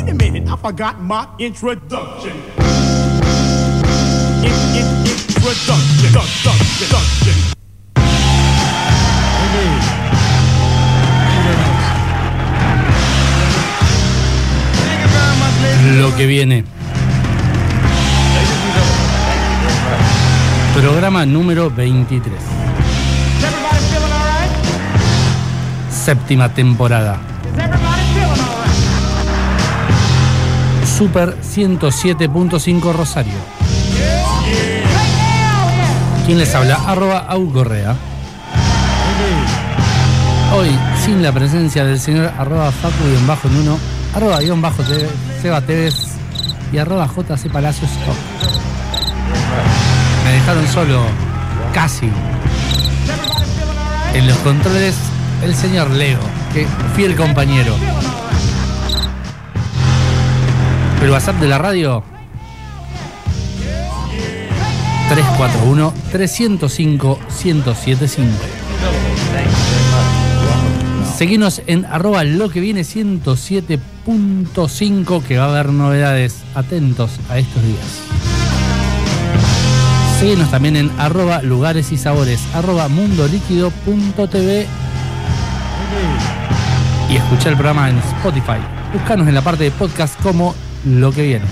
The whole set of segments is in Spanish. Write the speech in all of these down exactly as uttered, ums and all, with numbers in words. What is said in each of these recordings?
wait a minute, I forgot my introduction. In, in, introduction, introduction, introduction. Lo que viene. Programa número veintitrés. Séptima temporada. Super ciento siete punto cinco Rosario. ¿Quién les habla? Arroba Au Correa. Hoy, sin la presencia del señor arroba Facu-Nuno, arroba guión bajo Seba Tevez y arroba J C Palacios. Me dejaron solo, casi. En los controles, el señor Leo, que fiel compañero. El WhatsApp de la radio tres cuatro uno, tres cero cinco, uno cero siete cinco. Seguinos en arroba lo que viene ciento siete punto cinco, que va a haber novedades. Atentos a estos días. Seguinos también en arroba lugares y sabores, arroba mundoliquido punto tv y escuchá el programa en Spotify. Búscanos en la parte de podcast como Lo que viene.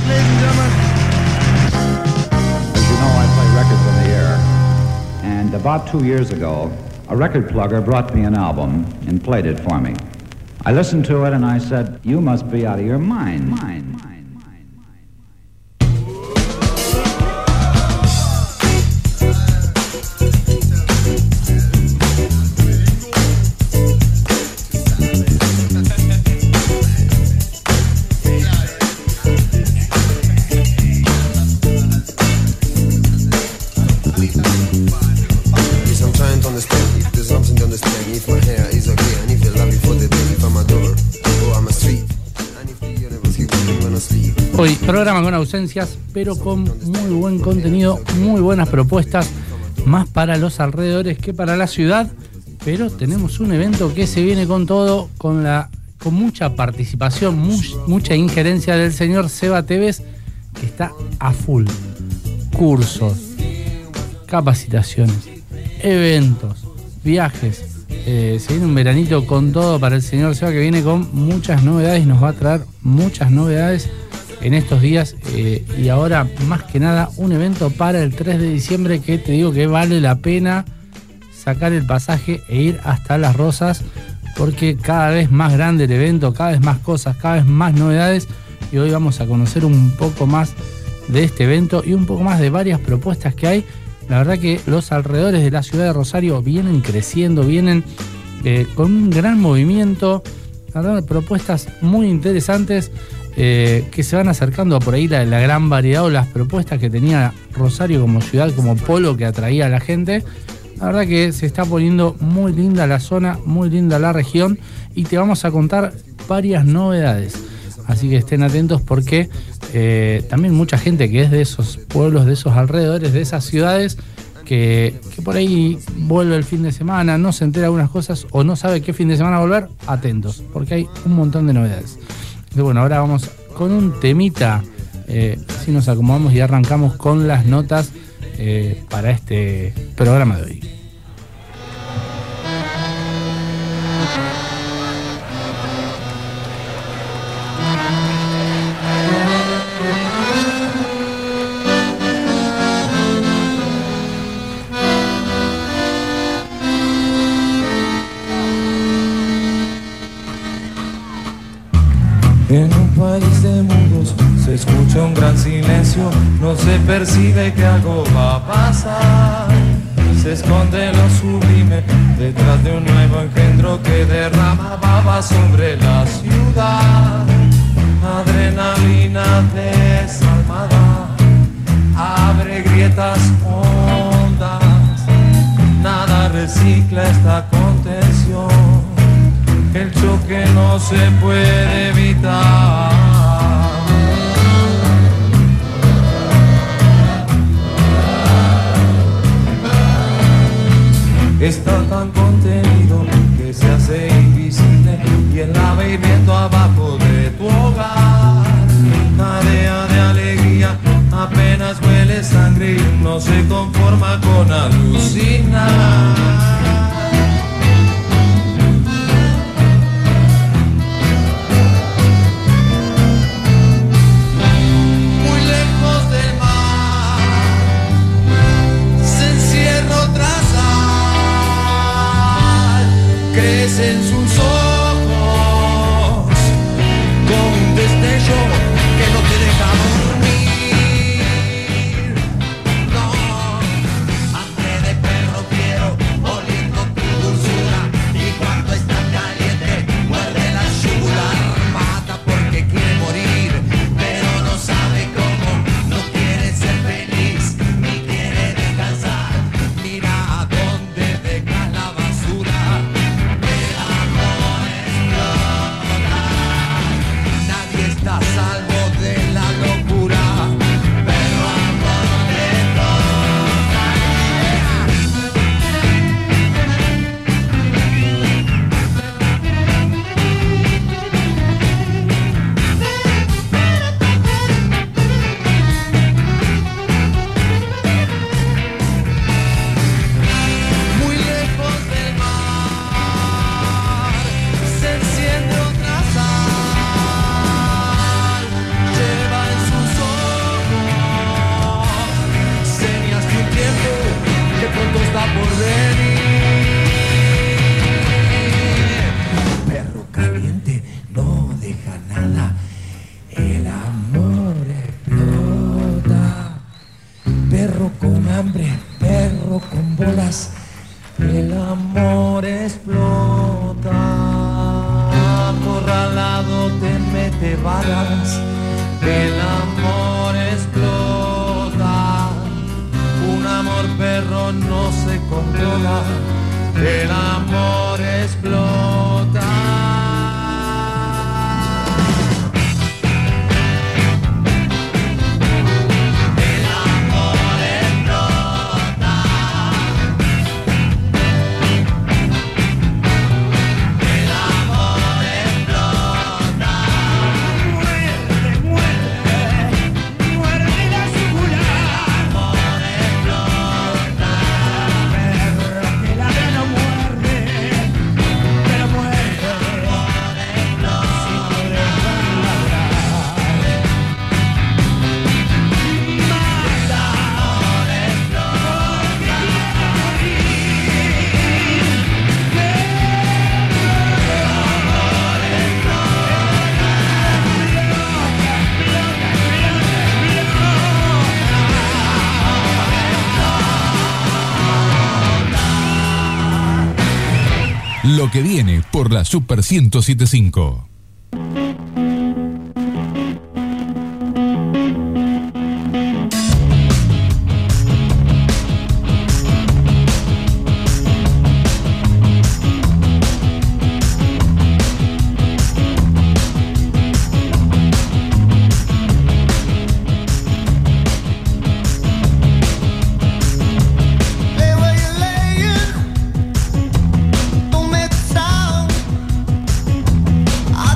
And about two years ago, a record plugger brought me an album and played it for me. I listened to it and I said, you must be out of your mind. mind. Hoy programa con ausencias, pero con muy buen contenido, muy buenas propuestas, más para los alrededores que para la ciudad, pero tenemos un evento que se viene con todo, con la con mucha participación, much, mucha injerencia del señor Seba Tevez, que está a full. Cursos, capacitaciones, eventos, viajes. Eh, se viene un veranito con todo para el señor Seba, que viene con muchas novedades y nos va a traer muchas novedades en estos días, eh, y ahora más que nada un evento para el tres de diciembre que te digo que vale la pena sacar el pasaje e ir hasta Las Rosas, porque cada vez más grande el evento, cada vez más cosas, cada vez más novedades, y hoy vamos a conocer un poco más de este evento y un poco más de varias propuestas que hay. La verdad que los alrededores de la ciudad de Rosario vienen creciendo, vienen eh, con un gran movimiento, la verdad, propuestas muy interesantes. Eh, que se van acercando por ahí la, la gran variedad o las propuestas que tenía Rosario como ciudad, como polo que atraía a la gente. La verdad que se está poniendo muy linda la zona, muy linda la región, y te vamos a contar varias novedades. Así que estén atentos porque eh, también mucha gente que es de esos pueblos, de esos alrededores, de esas ciudades, que, que por ahí vuelve el fin de semana, no se entera de algunas cosas o no sabe qué fin de semana volver, atentos, porque hay un montón de novedades. Bueno, ahora vamos con un temita, eh, si nos acomodamos y arrancamos con las notas eh, para este programa de hoy. En un país de mundos se escucha un gran silencio, no se percibe que algo va a pasar. Se esconde lo sublime detrás de un nuevo engendro que derrama baba sobre la ciudad. Adrenalina desalmada abre grietas hondas, nada recicla esta contención. El choque no se puede evitar. Está tan contenido que se hace invisible y el lava y viento abajo de tu hogar. no se conforma con alucinar. Muy lejos del mar se encierra otra sal, crece en sus ojos con un destello que no te deja dormir. No, hambre de perro quiero, oliendo tu dulzura, y cuando está caliente muerde la yugular. Mata porque quiere morir, pero no sabe cómo. No quiere ser feliz ni quiere descansar. Mira a dónde deja la basura. El amor explota. Nadie está a salvo de la locura, pero amor explota. Muy lejos del mar se enciende otra sal, lleva en sus ojos señas de un tiempo que pronto está por venir. Perro caliente no deja nada, el amor explota. Perro con hambre, perro con bolas, el amor explota. Acorralado te mete balas, el amor explota. Un amor perro no se controla, el amor explota. El amor explota. El amor explota. Muerde, muerde, muerde la yugular. El amor explota. Perro que ladra no muerde, pero muerde. El amor explota. Si no dejan ladrar. Mata. El amor Lo que viene por la Super ciento siete punto cinco. Lay where you're laying, don't make a sound. I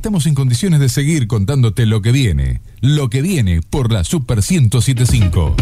estamos en condiciones de seguir contándote lo que viene. Lo que viene por la Super ciento siete punto cinco.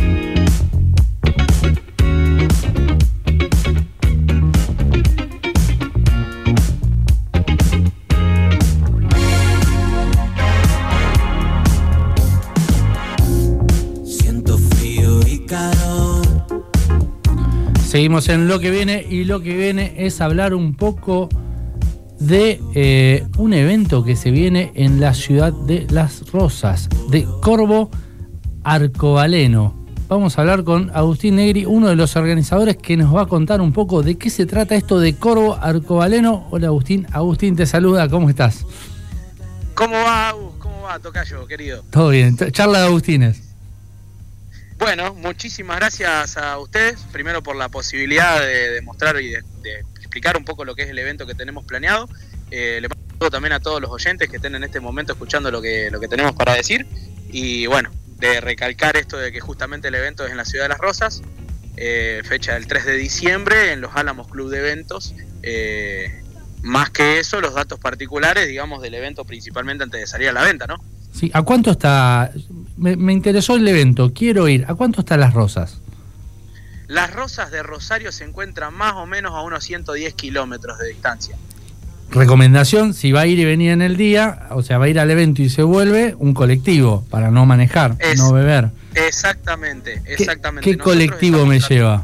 Seguimos en lo que viene, y lo que viene es hablar un poco de eh, un evento que se viene en la ciudad de Las Rosas, de Corvo Arcobaleno. Vamos a hablar con Agustín Negri, uno de los organizadores, que nos va a contar un poco de qué se trata esto de Corvo Arcobaleno. Hola Agustín, Agustín te saluda, ¿cómo estás? ¿Cómo va, Agus? ¿Cómo va, tocayo, querido? Todo bien, charla de Agustines. Bueno, muchísimas gracias a ustedes, primero por la posibilidad de, de mostrar y de, de explicar un poco lo que es el evento que tenemos planeado. Eh, le mando también a todos los oyentes que estén en este momento escuchando lo que, lo que tenemos para decir. Y bueno, de recalcar esto de que justamente el evento es en la ciudad de Las Rosas, eh, fecha del tres de diciembre en los Álamos Club de Eventos. Eh, más que eso, los datos particulares, digamos, del evento principalmente antes de salir a la venta, ¿no? Sí, ¿a cuánto está? Me, me interesó el evento, quiero ir. ¿A cuánto están Las Rosas? Las Rosas de Rosario se encuentran más o menos a unos ciento diez kilómetros de distancia. Recomendación, si va a ir y venir en el día, o sea, va a ir al evento y se vuelve, un colectivo para no manejar, es, no beber. Exactamente, exactamente. ¿Qué, qué colectivo me lleva?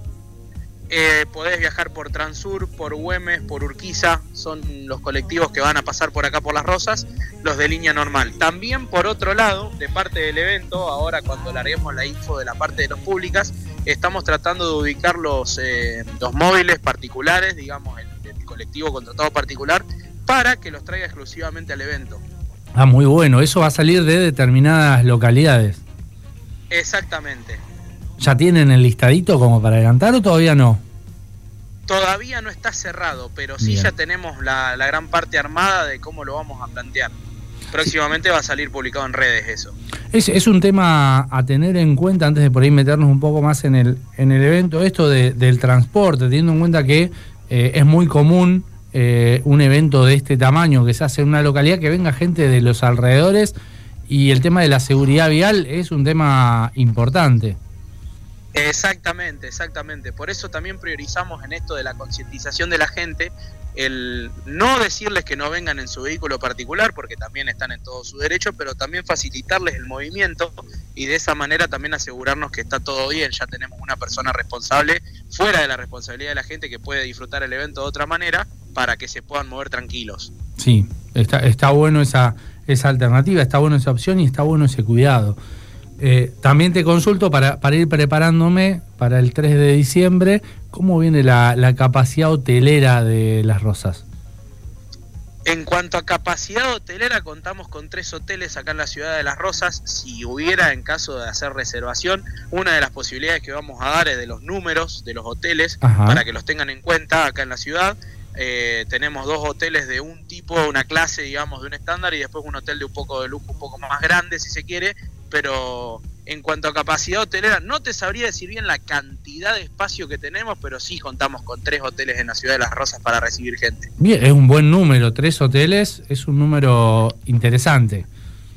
Eh, podés viajar por Transur, por Güemes, por Urquiza, son los colectivos que van a pasar por acá por Las Rosas, los de línea normal. También por otro lado, de parte del evento, ahora cuando larguemos la info de la parte de los públicas, estamos tratando de ubicar los, eh, los móviles particulares, digamos el, el colectivo contratado particular, para que los traiga exclusivamente al evento. Ah, muy bueno, eso va a salir de determinadas localidades. Exactamente. ¿Ya tienen el listadito como para adelantar o todavía no? Todavía no está cerrado, pero sí Bien. ya tenemos la, la gran parte armada de cómo lo vamos a plantear. Próximamente sí. va a salir publicado en redes eso. Es, es un tema a tener en cuenta antes de por ahí meternos un poco más en el, en el evento, esto de, del transporte, teniendo en cuenta que eh, es muy común eh, un evento de este tamaño que se hace en una localidad, que venga gente de los alrededores, y el tema de la seguridad vial es un tema importante. Exactamente, exactamente. Por eso también priorizamos en esto de la concientización de la gente, el no decirles que no vengan en su vehículo particular, porque también están en todo su derecho, pero también facilitarles el movimiento y de esa manera también asegurarnos que está todo bien. Ya tenemos una persona responsable, fuera de la responsabilidad de la gente, que puede disfrutar el evento de otra manera para que se puedan mover tranquilos. Sí, está, está bueno esa, esa alternativa, está bueno esa opción y está bueno ese cuidado. Eh, también te consulto para, para ir preparándome para el tres de diciembre, ¿cómo viene la, la capacidad hotelera de Las Rosas? En cuanto a capacidad hotelera, contamos con tres hoteles acá en la ciudad de Las Rosas. Si hubiera, en caso de hacer reservación, una de las posibilidades que vamos a dar es de los números de los hoteles. Ajá. Para que los tengan en cuenta acá en la ciudad. Eh, tenemos dos hoteles de un tipo, una clase, digamos, de un estándar, y después un hotel de un poco de lujo, un poco más grande si se quiere. Pero en cuanto a capacidad hotelera, no te sabría decir bien la cantidad de espacio que tenemos, pero sí contamos con tres hoteles en la ciudad de Las Rosas para recibir gente. Bien, es un buen número, tres hoteles es un número interesante.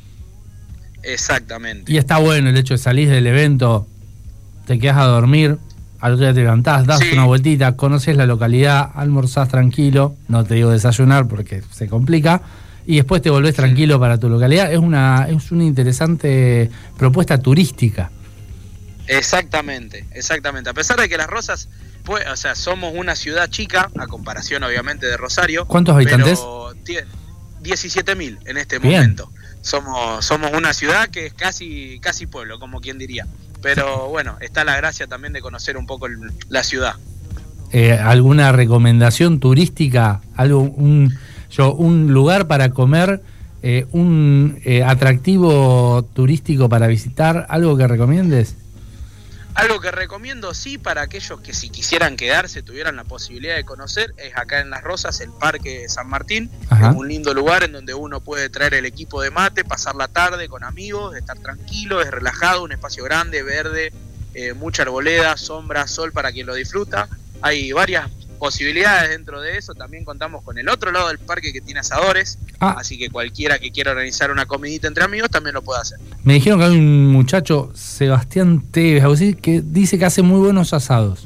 Exactamente. Y está bueno el hecho de salir del evento, te quedas a dormir, al otro día te levantás, das sí. una vueltita, conoces la localidad, almorzás tranquilo, no te digo desayunar porque se complica, y después te volvés tranquilo para tu localidad. Es una, es una interesante propuesta turística. Exactamente, exactamente. A pesar de que Las Rosas, pues, o sea, somos una ciudad chica, a comparación obviamente de Rosario. ¿Cuántos habitantes? Pero tiene diecisiete mil en este Bien. momento. Somos, somos una ciudad que es casi, casi pueblo, como quien diría. Pero bueno, está la gracia también de conocer un poco el, la ciudad. Eh, ¿Alguna recomendación turística? Algo, un... Yo, un lugar para comer, eh, un eh, atractivo turístico para visitar, ¿algo que recomiendes? Algo que recomiendo, sí, para aquellos que si quisieran quedarse, tuvieran la posibilidad de conocer, es acá en Las Rosas, el Parque San Martín. Ajá. Es un lindo lugar en donde uno puede traer el equipo de mate, pasar la tarde con amigos, estar tranquilo, es relajado, un espacio grande, verde, eh, mucha arboleda, sombra, sol para quien lo disfruta. Hay varias posibilidades dentro de eso. También contamos con el otro lado del parque que tiene asadores, Ah. así que cualquiera que quiera organizar una comidita entre amigos también lo puede hacer. Me dijeron que hay un muchacho, Sebastián Tevez, algo así, que dice que hace muy buenos asados.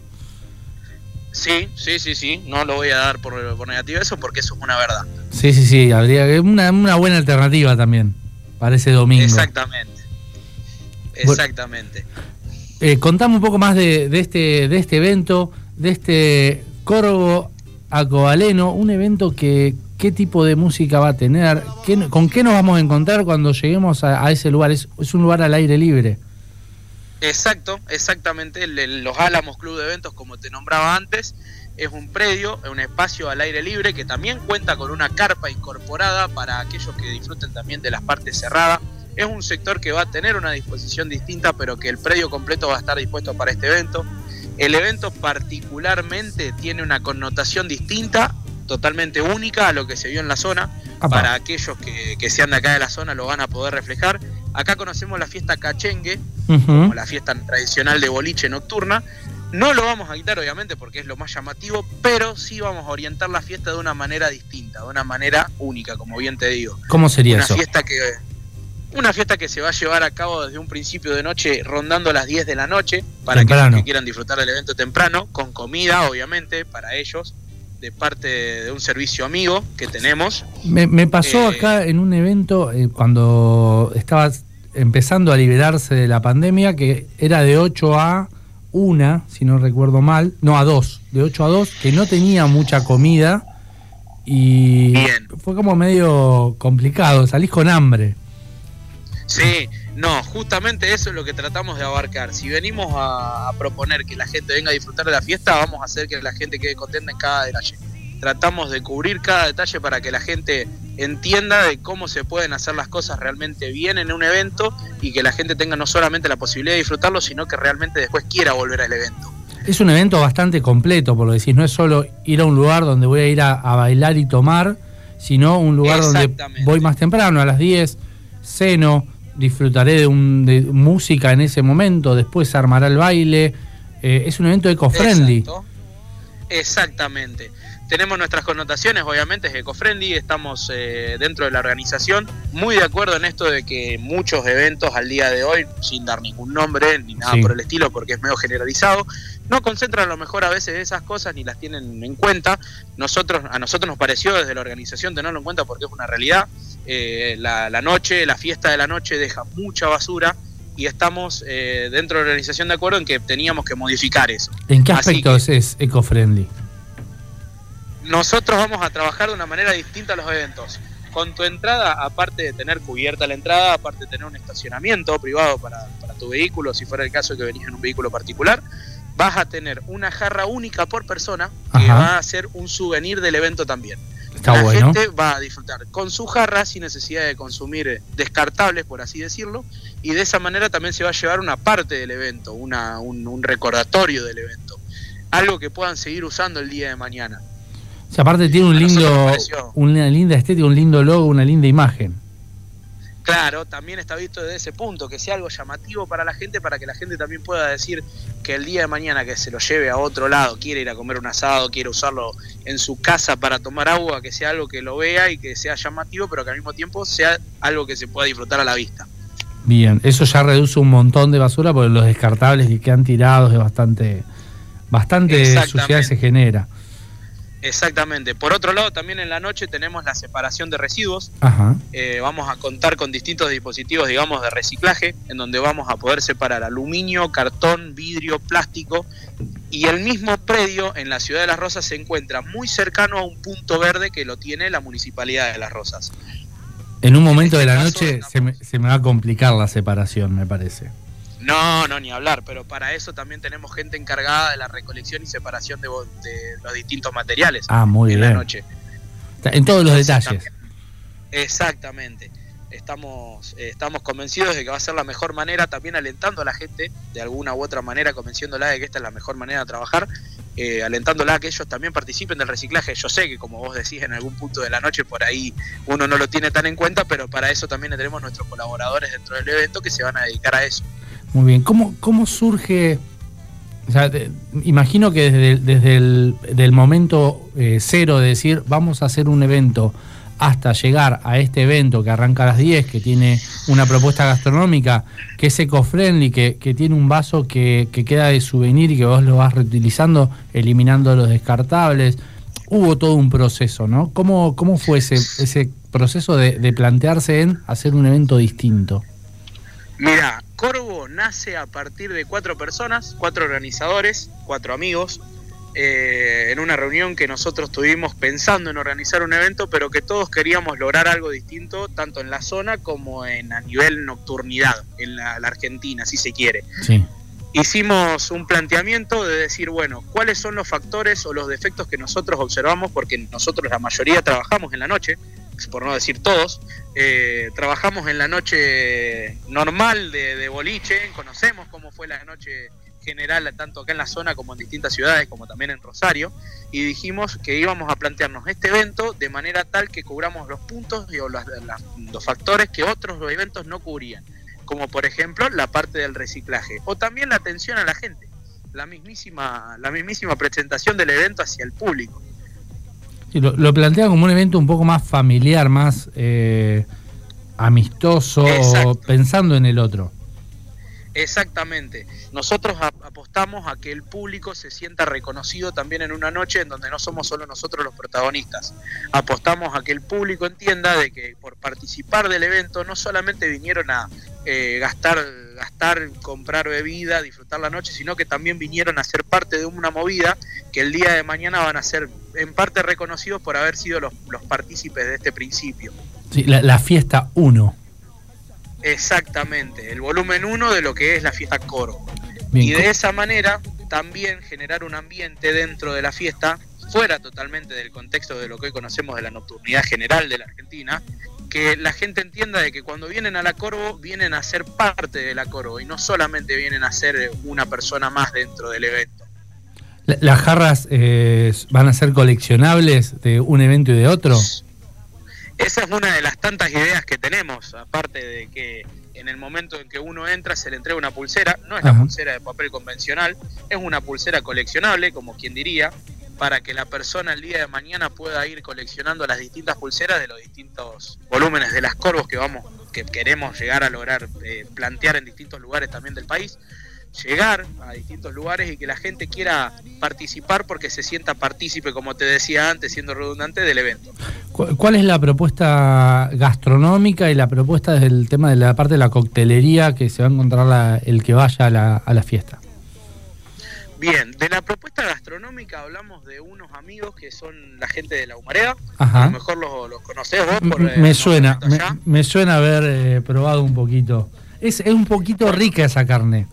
Sí, sí, sí, sí, no lo voy a dar por, por negativo eso porque eso es una verdad. Sí, sí, sí, habría una, una buena alternativa también para ese domingo. Exactamente, exactamente. Eh, contame un poco más de, de, este, de este evento, de este Corvo Acovaleno, un evento que qué tipo de música va a tener, qué, con qué nos vamos a encontrar cuando lleguemos a, a ese lugar. Es, es un lugar al aire libre. Exacto, exactamente. El, el, los Álamos Club de Eventos, como te nombraba antes, es un predio, un espacio al aire libre que también cuenta con una carpa incorporada para aquellos que disfruten también de las partes cerradas. Es un sector que va a tener una disposición distinta, pero que el predio completo va a estar dispuesto para este evento. El evento particularmente tiene una connotación distinta, totalmente única a lo que se vio en la zona. Apa. Para aquellos que, que sean de acá de la zona lo van a poder reflejar. Acá conocemos la fiesta cachengue, Uh-huh. como la fiesta tradicional de boliche nocturna. No lo vamos a quitar obviamente porque es lo más llamativo, pero sí vamos a orientar la fiesta de una manera distinta, de una manera única, como bien te digo. ¿Cómo sería Una eso? fiesta que una fiesta que se va a llevar a cabo desde un principio de noche rondando las diez de la noche para Temprano. aquellos que quieran disfrutar del evento temprano, con comida obviamente para ellos, de parte de un servicio amigo que tenemos. Me, me pasó Eh, acá en un evento eh, cuando estaba empezando a liberarse de la pandemia, que era de ocho a una, si no recuerdo mal, no, a dos, de ocho a dos, que no tenía mucha comida y Bien. fue como medio complicado, salís con hambre. Sí, no, justamente eso es lo que tratamos de abarcar. Si venimos a, a proponer que la gente venga a disfrutar de la fiesta, vamos a hacer que la gente quede contenta en cada detalle. Tratamos de cubrir cada detalle para que la gente entienda de cómo se pueden hacer las cosas realmente bien en un evento y que la gente tenga no solamente la posibilidad de disfrutarlo, sino que realmente después quiera volver al evento. Es un evento bastante completo, por lo que decís, no es solo ir a un lugar donde voy a ir a, a bailar y tomar, sino un lugar donde Exactamente. voy más temprano, a las diez, ceno, disfrutaré de, un, de música en ese momento, después se armará el baile. Eh, es un evento eco-friendly. Exacto. Exactamente. Tenemos nuestras connotaciones, obviamente es eco-friendly, estamos eh, dentro de la organización muy de acuerdo en esto de que muchos eventos al día de hoy, sin dar ningún nombre ni nada Sí. por el estilo porque es medio generalizado, no concentran a lo mejor a veces esas cosas ni las tienen en cuenta. Nosotros, a nosotros nos pareció desde la organización tenerlo en cuenta porque es una realidad. Eh, la, la noche, la fiesta de la noche deja mucha basura y estamos eh, dentro de la organización de acuerdo en que teníamos que modificar eso. ¿En qué Así aspectos que es eco-friendly? nosotros vamos a trabajar de una manera distinta a los eventos. Con tu entrada, aparte de tener cubierta la entrada, aparte de tener un estacionamiento privado para, para tu vehículo, si fuera el caso que venís en un vehículo particular, vas a tener una jarra única por persona que Ajá. va a ser un souvenir del evento también. Está la bueno. gente va a disfrutar con su jarra sin necesidad de consumir descartables, por así decirlo, y de esa manera también se va a llevar una parte del evento, una, un, un recordatorio del evento, algo que puedan seguir usando el día de mañana. O sea, aparte tiene un A nosotros lindo, nos pareció. una linda estética, un lindo logo, una linda imagen. Claro, también está visto desde ese punto, que sea algo llamativo para la gente, para que la gente también pueda decir que el día de mañana que se lo lleve a otro lado, quiere ir a comer un asado, quiere usarlo en su casa para tomar agua, que sea algo que lo vea y que sea llamativo, pero que al mismo tiempo sea algo que se pueda disfrutar a la vista. Bien, eso ya reduce un montón de basura porque los descartables que quedan tirados es bastante, bastante Exactamente. suciedad se genera. Exactamente. Por otro lado, también en la noche tenemos la separación de residuos. Ajá. Eh, vamos a contar con distintos dispositivos, digamos, de reciclaje, en donde vamos a poder separar aluminio, cartón, vidrio, plástico. Y el mismo predio en la ciudad de Las Rosas se encuentra muy cercano a un punto verde que lo tiene la Municipalidad de Las Rosas. En un momento de este la caso, noche estamos- se me, se me va a complicar la separación, me parece. No, no, ni hablar, pero para eso también tenemos gente encargada de la recolección y separación de, bo- de los distintos materiales Ah, muy en bien. la noche. En todos los Entonces, detalles. también- exactamente. Estamos, eh, estamos convencidos de que va a ser la mejor manera, también alentando a la gente de alguna u otra manera, convenciéndola de que esta es la mejor manera de trabajar, eh, alentándola a que ellos también participen del reciclaje. Yo sé que, como vos decís, en algún punto de la noche por ahí uno no lo tiene tan en cuenta, pero para eso también tenemos nuestros colaboradores dentro del evento que se van a dedicar a eso. Muy bien. ¿Cómo, cómo surge O sea, te, imagino que desde, desde el del momento eh, cero de decir vamos a hacer un evento hasta llegar a este evento que arranca a las diez, que tiene una propuesta gastronómica, que es eco-friendly, que, que tiene un vaso que, que queda de souvenir y que vos lo vas reutilizando, eliminando los descartables. Hubo todo un proceso, ¿no? ¿Cómo, cómo fue ese, ese proceso de, de plantearse en hacer un evento distinto? Mira, Corvo nace a partir de cuatro personas, cuatro organizadores, cuatro amigos, eh, en una reunión que nosotros tuvimos pensando en organizar un evento, pero que todos queríamos lograr algo distinto, tanto en la zona como en a nivel nocturnidad, en la, la Argentina, si se quiere. Sí. Hicimos un planteamiento de decir, bueno, ¿cuáles son los factores o los defectos que nosotros observamos? Porque nosotros la mayoría trabajamos en la noche, por no decir todos, eh, trabajamos en la noche normal de, de boliche, conocemos cómo fue la noche general tanto acá en la zona como en distintas ciudades, como también en Rosario, y dijimos que íbamos a plantearnos este evento de manera tal que cubramos los puntos y o los, los factores que otros eventos no cubrían, como por ejemplo la parte del reciclaje, o también la atención a la gente, la mismísima, la mismísima presentación del evento hacia el público. Sí, lo, lo plantea como un evento un poco más familiar, más eh, amistoso, Exacto. Pensando en el otro. Exactamente. Nosotros apostamos a que el público se sienta reconocido también en una noche en donde no somos solo nosotros los protagonistas. Apostamos a que el público entienda de que por participar del evento no solamente vinieron a eh, gastar, gastar, comprar bebida, disfrutar la noche, sino que también vinieron a ser parte de una movida que el día de mañana van a ser en parte reconocidos por haber sido los, los partícipes de este principio. Sí, la, la fiesta uno. Exactamente, el volumen uno de lo que es la fiesta Corvo. Bien. Y de esa manera también generar un ambiente dentro de la fiesta, fuera totalmente del contexto de lo que hoy conocemos de la nocturnidad general de la Argentina, que la gente entienda de que cuando vienen a la Corvo, vienen a ser parte de la Corvo y no solamente vienen a ser una persona más dentro del evento. ¿Las jarras eh, van a ser coleccionables de un evento y de otro? Esa es una de las tantas ideas que tenemos, aparte de que en el momento en que uno entra se le entrega una pulsera, no es la Ajá. pulsera de papel convencional, es una pulsera coleccionable, como quien diría, para que la persona el día de mañana pueda ir coleccionando las distintas pulseras de los distintos volúmenes de las Corvos que vamos, que queremos llegar a lograr eh, plantear en distintos lugares también del país, llegar a distintos lugares y que la gente quiera participar porque se sienta partícipe, como te decía antes, siendo redundante, del evento. ¿Cuál es la propuesta gastronómica y la propuesta desde el tema de la parte de la coctelería que se va a encontrar la, el que vaya a la, a la fiesta? Bien, de la propuesta gastronómica hablamos de unos amigos que son la gente de La Humareda. Ajá. A lo mejor los, los conocés vos por M- eh, me suena, me, allá. me suena haber eh, probado un poquito. Es, es un poquito rica esa carne.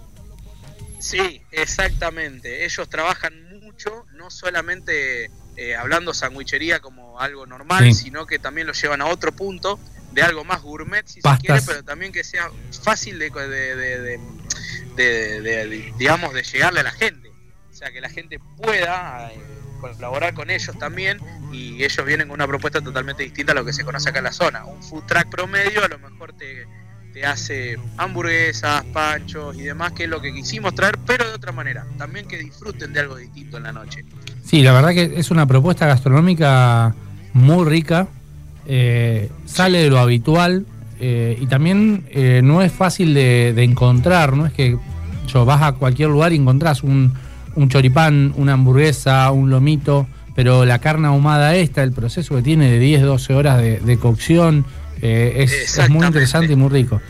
Sí, exactamente. Ellos trabajan mucho, no solamente eh, hablando sandwichería como algo normal, Sí. sino que también lo llevan a otro punto, de algo más gourmet, si Pastas. se quiere, pero también que sea fácil de, de, de, de, de, de, de, digamos, de llegarle a la gente. O sea, que la gente pueda eh, colaborar con ellos también, y ellos vienen con una propuesta totalmente distinta a lo que se conoce acá en la zona. Un food truck promedio a lo mejor te... te hace hamburguesas, panchos y demás, que es lo que quisimos traer, pero de otra manera, también que disfruten de algo distinto en la noche. Sí, la verdad que es una propuesta gastronómica muy rica, eh, sale de lo habitual eh, y también eh, no es fácil de, de encontrar, no es que yo vas a cualquier lugar y encontrás un, un choripán, una hamburguesa, un lomito, pero la carne ahumada esta, el proceso que tiene de diez, doce horas de, de cocción, Eh, es, es muy interesante y muy rico.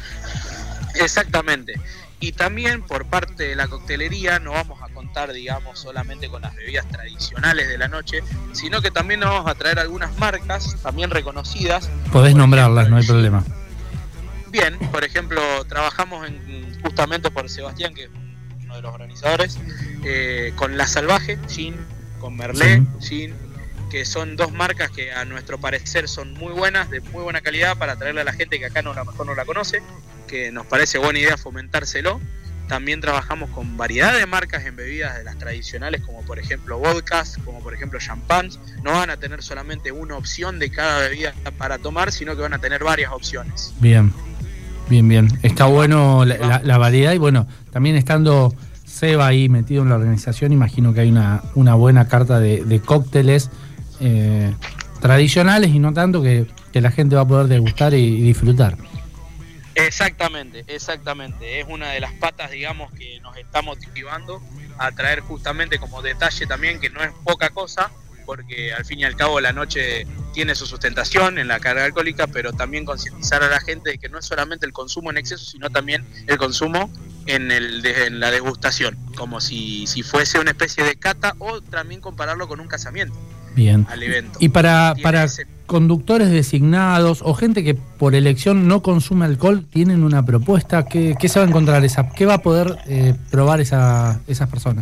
Exactamente. Y también por parte de la coctelería no vamos a contar, digamos, solamente con las bebidas tradicionales de la noche, sino que también nos vamos a traer algunas marcas también reconocidas. Podés Por nombrarlas, ejemplo, no hay problema. Bien, por ejemplo, trabajamos en, justamente por Sebastián, que es uno de los organizadores, eh, con La Salvaje, Gin, con Merlé, Gin, que son dos marcas que a nuestro parecer son muy buenas, de muy buena calidad, para traerle a la gente que acá no, a lo mejor no la conoce, que nos parece buena idea fomentárselo. También trabajamos con variedad de marcas en bebidas de las tradicionales, como por ejemplo vodkas, como por ejemplo champans. No van a tener solamente una opción de cada bebida para tomar, sino que van a tener varias opciones. Bien, bien, bien. Está bueno la, la, la variedad y bueno, también estando Seba ahí metido en la organización, imagino que hay una, una buena carta de, de cócteles eh, tradicionales y no tanto que, que la gente va a poder degustar y, y disfrutar. Exactamente, exactamente. Es una de las patas, digamos, que nos está motivando a traer justamente como detalle también, que no es poca cosa, porque al fin y al cabo la noche tiene su sustentación en la carga alcohólica, pero también concientizar a la gente de que no es solamente el consumo en exceso, sino también el consumo en, el de, en la degustación, como si, si fuese una especie de cata, o también compararlo con un casamiento. Bien. Al evento. Y para, para ese... conductores designados o gente que por elección no consume alcohol, ¿tienen una propuesta? ¿Qué, qué se va a encontrar? esa ¿Qué va a poder eh, probar esa, esas personas?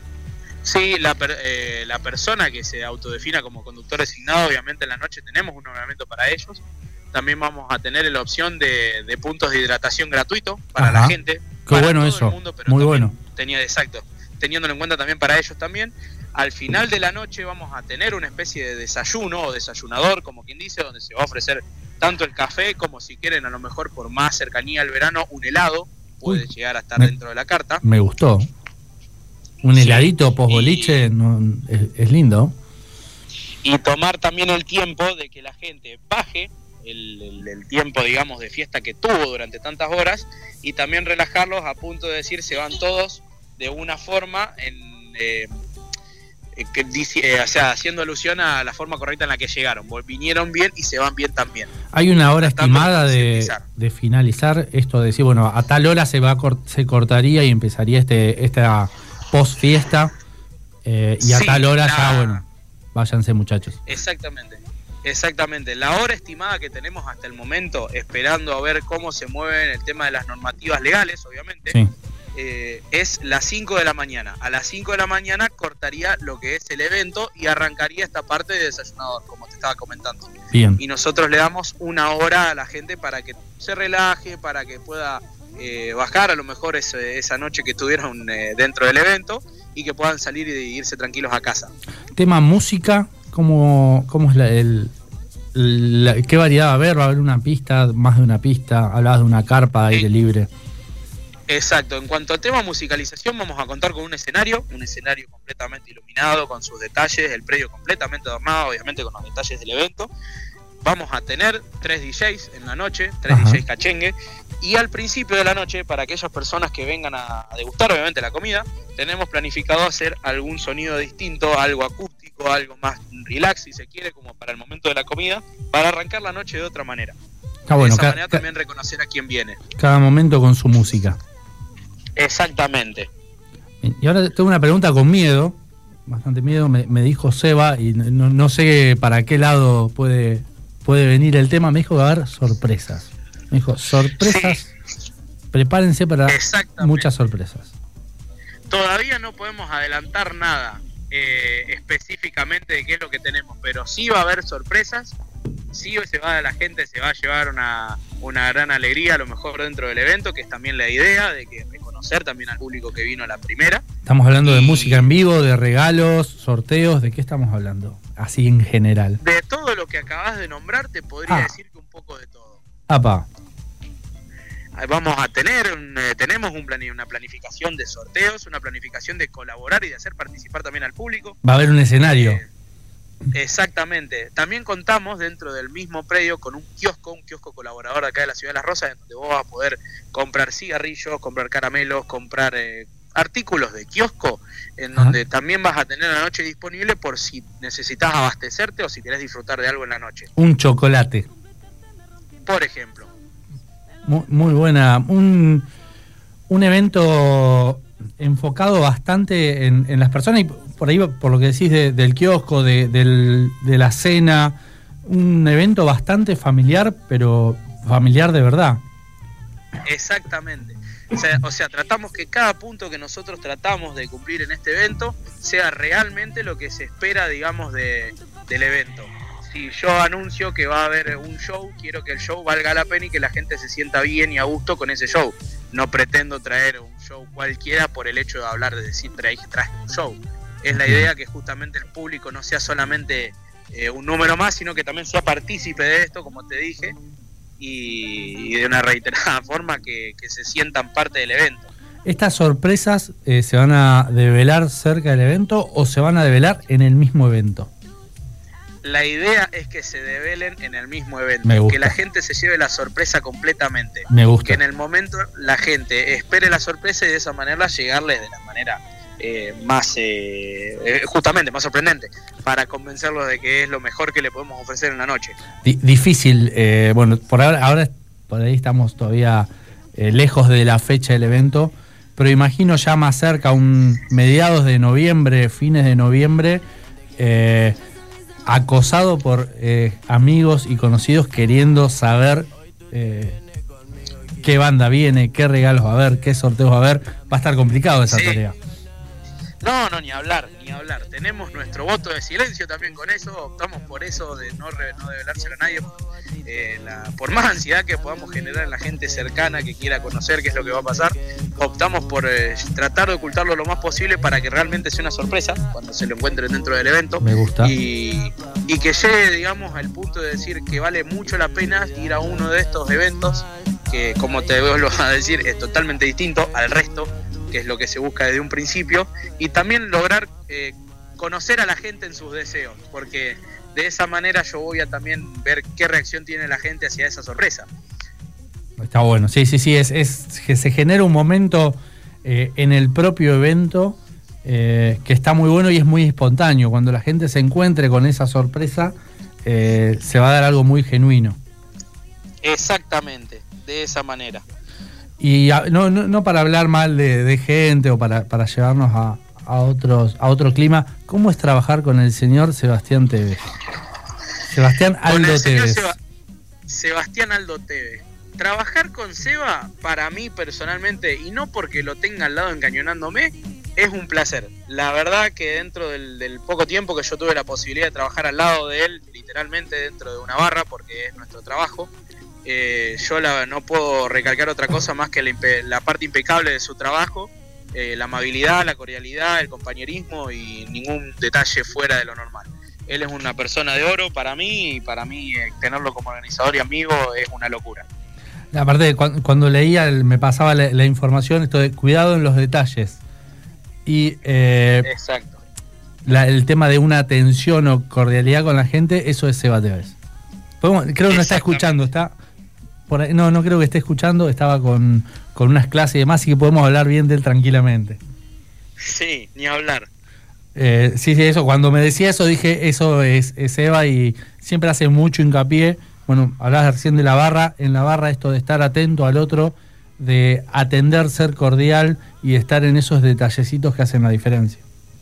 Sí, la, per, eh, la persona que se autodefina como conductor designado, obviamente en la noche tenemos un nombramiento para ellos. También vamos a tener la opción de, de puntos de hidratación gratuito para Ajá. la gente. Qué para bueno todo eso, el mundo, pero muy bueno. Tenía, exacto, teniéndolo en cuenta también para ellos también. Al final de la noche vamos a tener una especie de desayuno o desayunador, como quien dice, donde se va a ofrecer tanto el café como, si quieren, a lo mejor por más cercanía al verano, un helado. Puede Uy, llegar a estar me, dentro de la carta. Me gustó. Un sí, heladito post boliche y, no, es, es lindo. Y tomar también el tiempo de que la gente baje el, el, el tiempo, digamos, de fiesta que tuvo durante tantas horas, y también relajarlos a punto de decir se van todos de una forma en... Eh, que dice, eh, o sea, haciendo alusión a la forma correcta en la que llegaron. Vinieron bien y se van bien también. ¿Hay una hora Tratando estimada de, de, de finalizar esto? De decir, bueno, a tal hora se va a cort se cortaría y empezaría este esta post fiesta eh, y a sí, tal hora la... ya, bueno, váyanse muchachos. Exactamente, exactamente. La hora estimada que tenemos hasta el momento, esperando a ver cómo se mueven el tema de las normativas legales, obviamente, sí. Eh, es las cinco de la mañana. A las cinco de la mañana cortaría lo que es el evento y arrancaría esta parte de desayunador, como te estaba comentando. Bien. Y nosotros le damos una hora a la gente para que se relaje, para que pueda eh, bajar a lo mejor ese, esa noche que estuvieron eh, dentro del evento, y que puedan salir y irse tranquilos a casa. Tema música, ¿cómo, cómo es la, el, la, qué variedad va a haber? ¿Va a haber una pista, más de una pista? Hablabas de una carpa de aire eh, libre. Exacto, en cuanto al tema musicalización, vamos a contar con un escenario, un escenario completamente iluminado, con sus detalles, el predio completamente adornado, obviamente con los detalles del evento. Vamos a tener tres D Js en la noche, tres Ajá. D Js cachengue, y al principio de la noche, para aquellas personas que vengan a degustar obviamente la comida, tenemos planificado hacer algún sonido distinto, algo acústico, algo más relax si se quiere, como para el momento de la comida, para arrancar la noche de otra manera. Ah, bueno, de esa ca manera también reconocer a quién viene. Cada momento con su música. Exactamente. Y ahora tengo una pregunta con miedo, bastante miedo, me, me dijo Seba, y no, no sé para qué lado puede, puede venir el tema, me dijo que va a haber sorpresas. Me dijo, sorpresas, sí. Prepárense para muchas sorpresas. Todavía no podemos adelantar nada eh, específicamente de qué es lo que tenemos, pero sí va a haber sorpresas, sí se va, la gente se va a llevar una, una gran alegría a lo mejor dentro del evento, que es también la idea de que reconocer también al público que vino a la primera. Estamos hablando y... de música en vivo, de regalos, sorteos, ¿de qué estamos hablando? Así en general. De todo lo que acabas de nombrar, te podría ah. decir que un poco de todo. Apa. Vamos a tener, un, eh, tenemos un plan, una planificación de sorteos, una planificación de colaborar y de hacer participar también al público. Va a haber un escenario. Eh, exactamente. También contamos dentro del mismo predio con un kiosco, un kiosco colaborador de acá de la Ciudad de Las Rosas, en donde vos vas a poder comprar cigarrillos, comprar caramelos, comprar eh, artículos de kiosco, en donde Ajá. también vas a tener la noche disponible por si necesitas abastecerte o si querés disfrutar de algo en la noche. Un chocolate. Por ejemplo. Muy, muy buena. Un, un evento enfocado bastante en, en las personas y por ahí, por lo que decís de, del kiosco, de, del, de la cena, un evento bastante familiar, pero familiar de verdad. Exactamente. O sea, o sea, tratamos que cada punto que nosotros tratamos de cumplir en este evento sea realmente lo que se espera, digamos, de, del evento. Si yo anuncio que va a haber un show, quiero que el show valga la pena y que la gente se sienta bien y a gusto con ese show. No pretendo traer un show cualquiera por el hecho de hablar de decir trae, trae un show. Es la idea que justamente el público no sea solamente eh, un número más, sino que también sea partícipe de esto, como te dije, y, y de una reiterada forma que, que se sientan parte del evento. ¿Estas sorpresas eh, se van a develar cerca del evento o se van a develar en el mismo evento? La idea es que se develen en el mismo evento, Me gusta. que la gente se lleve la sorpresa completamente. Me gusta. Que en el momento la gente espere la sorpresa y de esa manera llegarles de la manera eh, más, eh, eh, justamente, más sorprendente, para convencerlos de que es lo mejor que le podemos ofrecer en la noche. Di- difícil, eh, bueno, por ahora, ahora por ahí estamos todavía eh, lejos de la fecha del evento, pero imagino ya más cerca, un mediados de noviembre, fines de noviembre, eh, acosado por eh, amigos y conocidos queriendo saber eh, qué banda viene, qué regalos va a haber, qué sorteos va a haber. Va a estar complicado esa Sí. tarea. No, no, ni hablar, ni hablar. Tenemos nuestro voto de silencio también con eso, optamos por eso de no, re, no develárselo a nadie, eh, la, por más ansiedad que podamos generar en la gente cercana que quiera conocer qué es lo que va a pasar, optamos por eh, tratar de ocultarlo lo más posible para que realmente sea una sorpresa cuando se lo encuentren dentro del evento. Me gusta. Y, y que llegue, digamos, al punto de decir que vale mucho la pena ir a uno de estos eventos, que como te vuelvo a decir, es totalmente distinto al resto, que es lo que se busca desde un principio, y también lograr eh, conocer a la gente en sus deseos, porque de esa manera yo voy a también ver qué reacción tiene la gente hacia esa sorpresa. Está bueno, sí, sí, sí, es, es que se genera un momento eh, en el propio evento eh, que está muy bueno y es muy espontáneo. Cuando la gente se encuentre con esa sorpresa, eh, se va a dar algo muy genuino. Exactamente, de esa manera. Y a, no, no, no para hablar mal de, de gente o para, para llevarnos a, a, otros, a otro clima, ¿cómo es trabajar con el señor Sebastián Tevez? Sebastián Con Aldo el señor Tevez. Seba- Sebastián Aldo Tevez. Trabajar con Seba, para mí personalmente, y no porque lo tenga al lado encañonándome, es un placer. La verdad que dentro del, del poco tiempo que yo tuve la posibilidad de trabajar al lado de él, literalmente dentro de una barra, porque es nuestro trabajo, eh, yo la, no puedo recalcar otra cosa más que la, impe- la parte impecable de su trabajo, eh, la amabilidad, la cordialidad, el compañerismo y ningún detalle fuera de lo normal. Él es una persona de oro para mí, y para mí eh, tenerlo como organizador y amigo es una locura. Aparte, cuando, cuando leía, el- me pasaba la, la información, esto de cuidado en los detalles. Y eh, Exacto. la- el tema de una atención o cordialidad con la gente, eso es Seba Tevez. Podemos- Creo que no está escuchando, está por ahí, no, no creo que esté escuchando, estaba con, con unas clases y demás, así que podemos hablar bien de él tranquilamente. Sí, ni hablar. Eh, sí, sí, eso, cuando me decía eso dije, eso es, es Eva y siempre hace mucho hincapié. Bueno, hablabas recién de la barra, en la barra esto de estar atento al otro, de atender, ser cordial y estar en esos detallecitos que hacen la diferencia.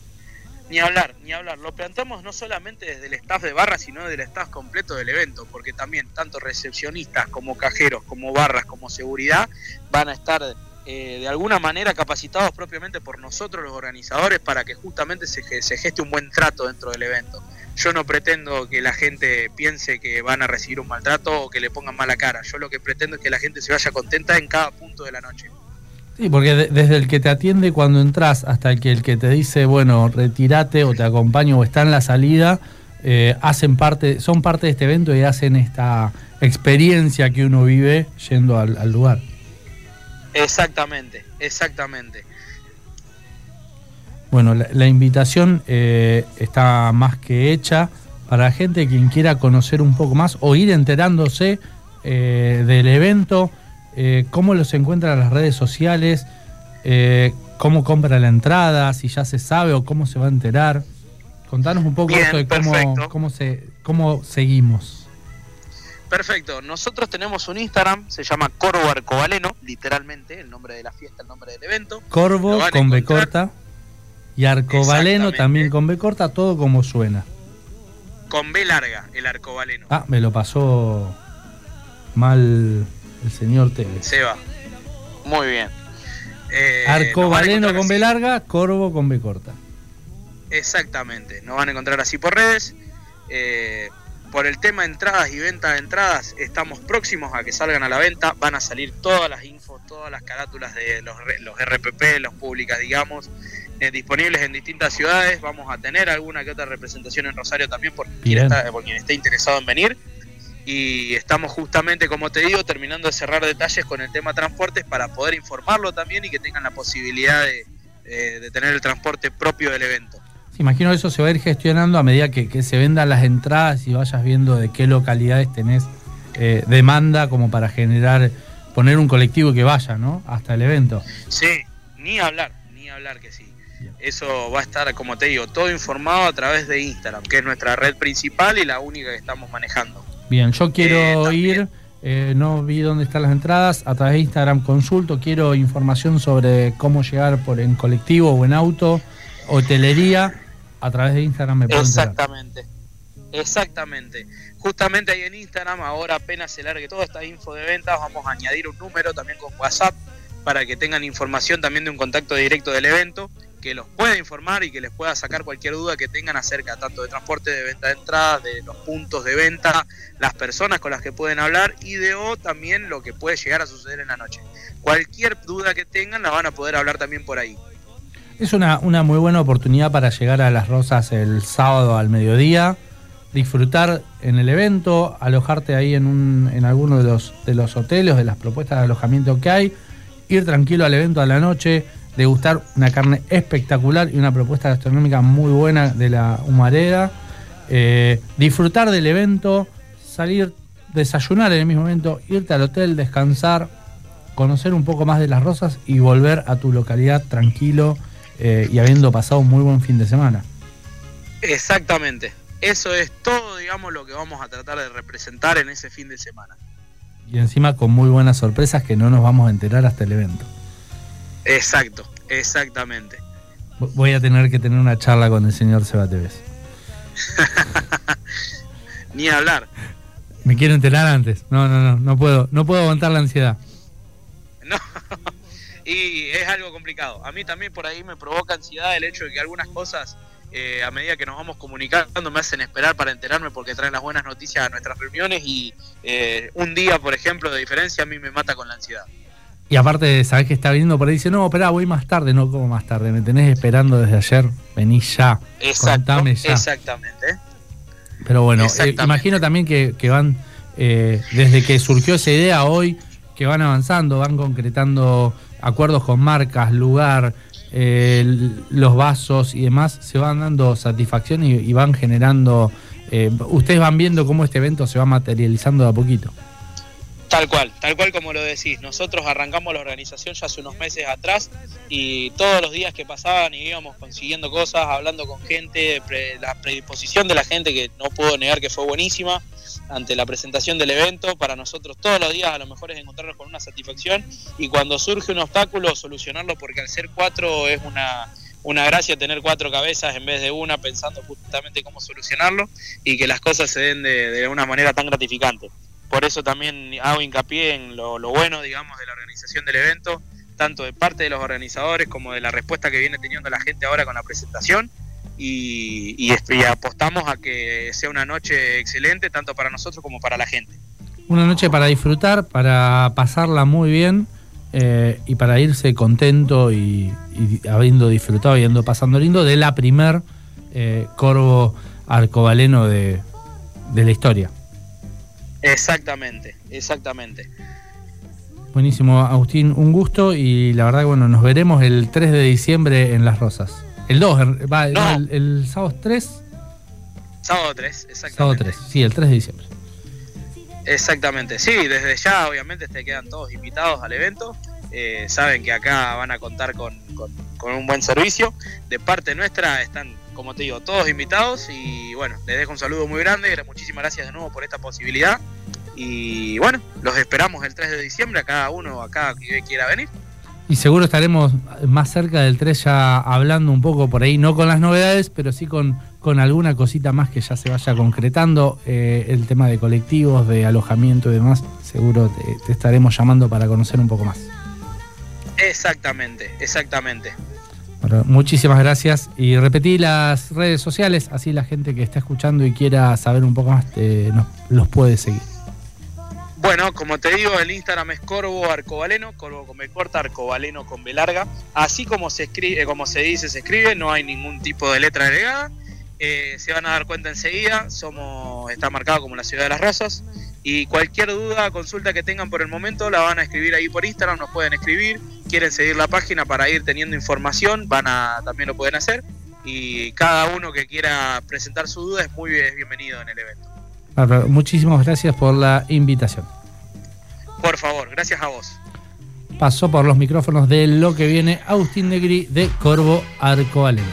Ni hablar, ni hablar. Lo planteamos no solamente desde el staff de barra, sino del staff completo del evento, porque también tanto recepcionistas como cajeros, como barras, como seguridad, van a estar eh, de alguna manera capacitados propiamente por nosotros los organizadores para que justamente se, ge- se geste un buen trato dentro del evento. Yo no pretendo que la gente piense que van a recibir un maltrato o que le pongan mala cara. Yo lo que pretendo es que la gente se vaya contenta en cada punto de la noche. Sí, porque de- desde el que te atiende cuando entras hasta el que, el que te dice, bueno, retírate o te acompaño o está en la salida, eh, hacen parte, son parte de este evento y hacen esta experiencia que uno vive yendo al, al lugar. Exactamente, exactamente. Bueno, la, la invitación eh, está más que hecha para la gente quien quiera conocer un poco más o ir enterándose eh, del evento, eh, cómo los encuentra en las redes sociales, eh, cómo compra la entrada, si ya se sabe o cómo se va a enterar. Contanos un poco Bien, esto de cómo, perfecto. cómo, se, cómo seguimos. Perfecto, nosotros tenemos un Instagram, se llama Corvo Arcobaleno, literalmente, el nombre de la fiesta, el nombre del evento. Corvo Lo van a con B encontrar. corta y Arcobaleno Exactamente. también con B corta, todo como suena. Con B larga, el Arcobaleno. Ah, me lo pasó mal el señor Tevez. Seba, muy bien. Eh, Arcobaleno nos van a con B encontrar larga, Corvo con B corta. así- Exactamente, nos van a encontrar así por redes. Eh, por el tema de entradas y venta de entradas, estamos próximos a que salgan a la venta. Van a salir todas las infos, todas las carátulas de los, re- los R P P, las públicas, digamos, eh, disponibles en distintas ciudades. Vamos a tener alguna que otra representación en Rosario también por quien, Bien. está, por quien esté interesado en venir. y estamos justamente, como te digo, terminando de cerrar detalles con el tema transportes para poder informarlo también y que tengan la posibilidad de, eh, de tener el transporte propio del evento. Sí, imagino que eso se va a ir gestionando a medida que, que se vendan las entradas y vayas viendo de qué localidades tenés eh, demanda como para generar, poner un colectivo que vaya, ¿no? Hasta el evento. Sí, ni hablar, ni hablar que sí. Eso va a estar, como te digo, todo informado a través de Instagram, que es nuestra red principal y la única que estamos manejando. Bien, yo quiero eh, ir, eh, no vi dónde están las entradas, a través de Instagram consulto, quiero información sobre cómo llegar por en colectivo o en auto, hotelería, a través de Instagram me puedo enterar. Exactamente, exactamente. Justamente ahí en Instagram, ahora apenas se largue toda esta info de ventas, vamos a añadir un número también con WhatsApp para que tengan información también de un contacto directo del evento, que los pueda informar y que les pueda sacar cualquier duda que tengan acerca tanto de transporte, de venta de entradas, de los puntos de venta, las personas con las que pueden hablar y de o también lo que puede llegar a suceder en la noche. Cualquier duda que tengan la van a poder hablar también por ahí. Es una, una muy buena oportunidad para llegar a Las Rosas el sábado al mediodía, disfrutar en el evento, alojarte ahí en, un, en alguno de los, de los hoteles, de las propuestas de alojamiento que hay, ir tranquilo al evento a la noche, degustar una carne espectacular y una propuesta gastronómica muy buena de la Humareda, eh, disfrutar del evento, salir, desayunar en el mismo evento, irte al hotel, descansar, conocer un poco más de Las Rosas y volver a tu localidad tranquilo eh, y habiendo pasado un muy buen fin de semana. Exactamente, eso es todo, digamos, lo que vamos a tratar de representar en ese fin de semana. Y encima con muy buenas sorpresas que no nos vamos a enterar hasta el evento. Exacto, exactamente. Voy a tener que tener una charla con el señor Seba Tevez. Ni hablar. Me quiero enterar antes. No, no, no, no puedo, no puedo aguantar la ansiedad. No, y es algo complicado. A mí también por ahí me provoca ansiedad el hecho de que algunas cosas, eh, a medida que nos vamos comunicando, me hacen esperar para enterarme porque traen las buenas noticias a nuestras reuniones y eh, un día, por ejemplo, de diferencia a mí me mata con la ansiedad. Y aparte, sabés que está viniendo por ahí y dice, no, espera, voy más tarde. No, como más tarde, me tenés esperando desde ayer, vení ya. Exacto, contame ya. Exactamente. Pero bueno, eh, imagino también que, que van, eh, desde que surgió esa idea hoy, que van avanzando, van concretando acuerdos con marcas, lugar, eh, los vasos y demás, se van dando satisfacción y, y van generando, eh, ustedes van viendo cómo este evento se va materializando de a poquito. Tal cual, tal cual como lo decís. Nosotros arrancamos la organización ya hace unos meses atrás y todos los días que pasaban y íbamos consiguiendo cosas, hablando con gente, pre, la predisposición de la gente, que no puedo negar que fue buenísima ante la presentación del evento. Para nosotros todos los días a lo mejor es encontrarnos con una satisfacción y cuando surge un obstáculo solucionarlo, porque al ser cuatro es una, una gracia tener cuatro cabezas en vez de una, pensando justamente cómo solucionarlo y que las cosas se den de, de una manera tan gratificante. Por eso también hago hincapié en lo, lo bueno, digamos, de la organización del evento, tanto de parte de los organizadores como de la respuesta que viene teniendo la gente ahora con la presentación. Y, y, y apostamos a que sea una noche excelente, tanto para nosotros como para la gente. Una noche para disfrutar, para pasarla muy bien eh, y para irse contento y, y habiendo disfrutado y habiendo pasando lindo de la primer eh, corvo arcobaleno de, de la historia. Exactamente, exactamente. Buenísimo, Agustín, un gusto y la verdad que bueno, nos veremos el tres de diciembre en Las Rosas. El dos, va, no. el, el sábado tres. Sábado tres, exactamente. Sábado tres, sí, el tres de diciembre. Exactamente, sí, desde ya obviamente te quedan todos invitados al evento. Eh, saben que acá van a contar con, con, con un buen servicio. De parte nuestra están, como te digo, todos invitados y bueno, les dejo un saludo muy grande. Muchísimas gracias de nuevo por esta posibilidad y bueno, los esperamos el tres de diciembre a cada uno, a cada que quiera venir. Y seguro estaremos más cerca del tres ya hablando un poco por ahí, no con las novedades, pero sí con, con alguna cosita más que ya se vaya concretando. Eh, el tema de colectivos, de alojamiento y demás, seguro te, te estaremos llamando para conocer un poco más. Exactamente, exactamente. Bueno, muchísimas gracias y repetí las redes sociales, así la gente que está escuchando y quiera saber un poco más eh, nos, los puede seguir. Bueno, como te digo, el Instagram es Corvo Arcobaleno, Corvo con B corta, Arcobaleno con B larga. Así como se escribe, como se dice, se escribe, no hay ningún tipo de letra agregada. Eh, se van a dar cuenta enseguida, somos, está marcado como la ciudad de Las Rosas. Y cualquier duda, consulta que tengan por el momento, la van a escribir ahí por Instagram, nos pueden escribir. Quieren seguir la página para ir teniendo información, van a también lo pueden hacer. Y cada uno que quiera presentar su duda es muy bienvenido en el evento. Bárbaro, muchísimas gracias por la invitación. Por favor, gracias a vos. Pasó por los micrófonos de Lo que viene Agustín Negri de Corvo Arcobaleno.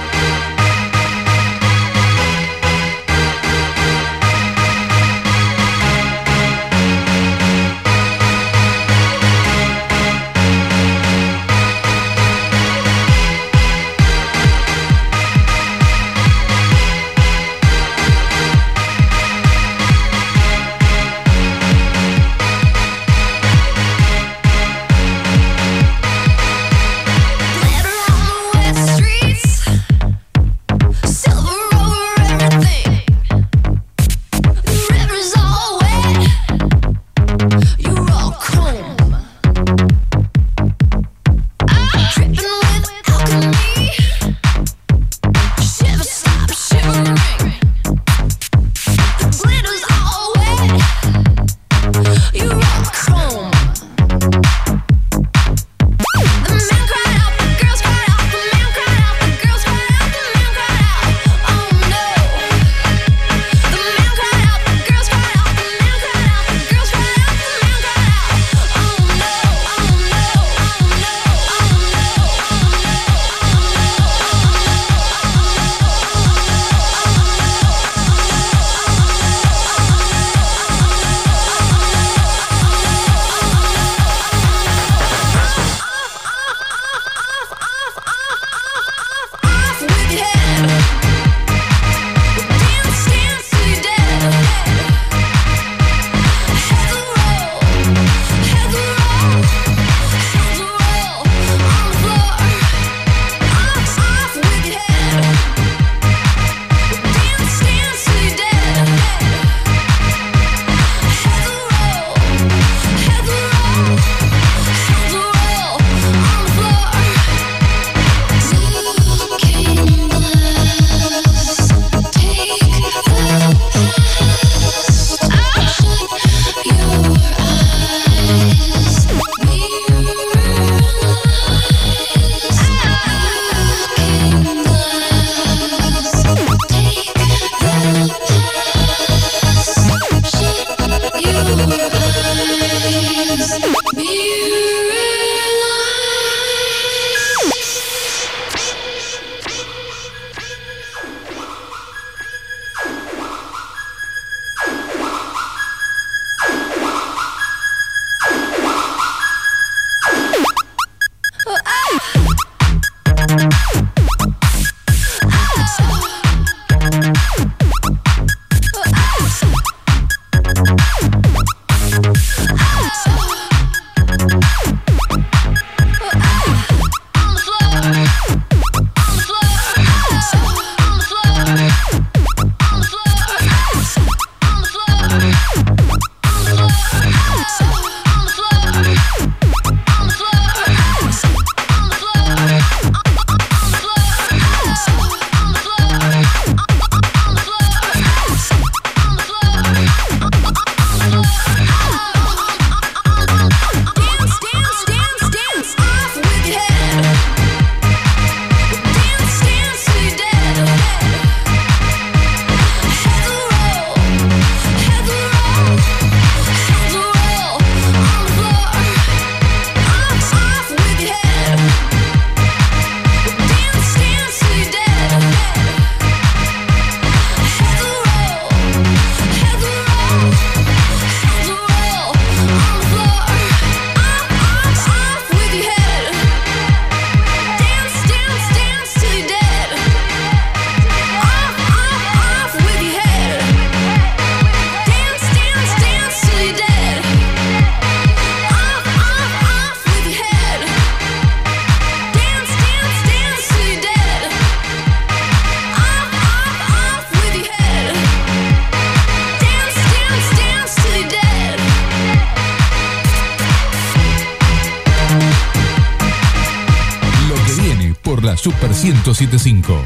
Super ciento siete punto cinco.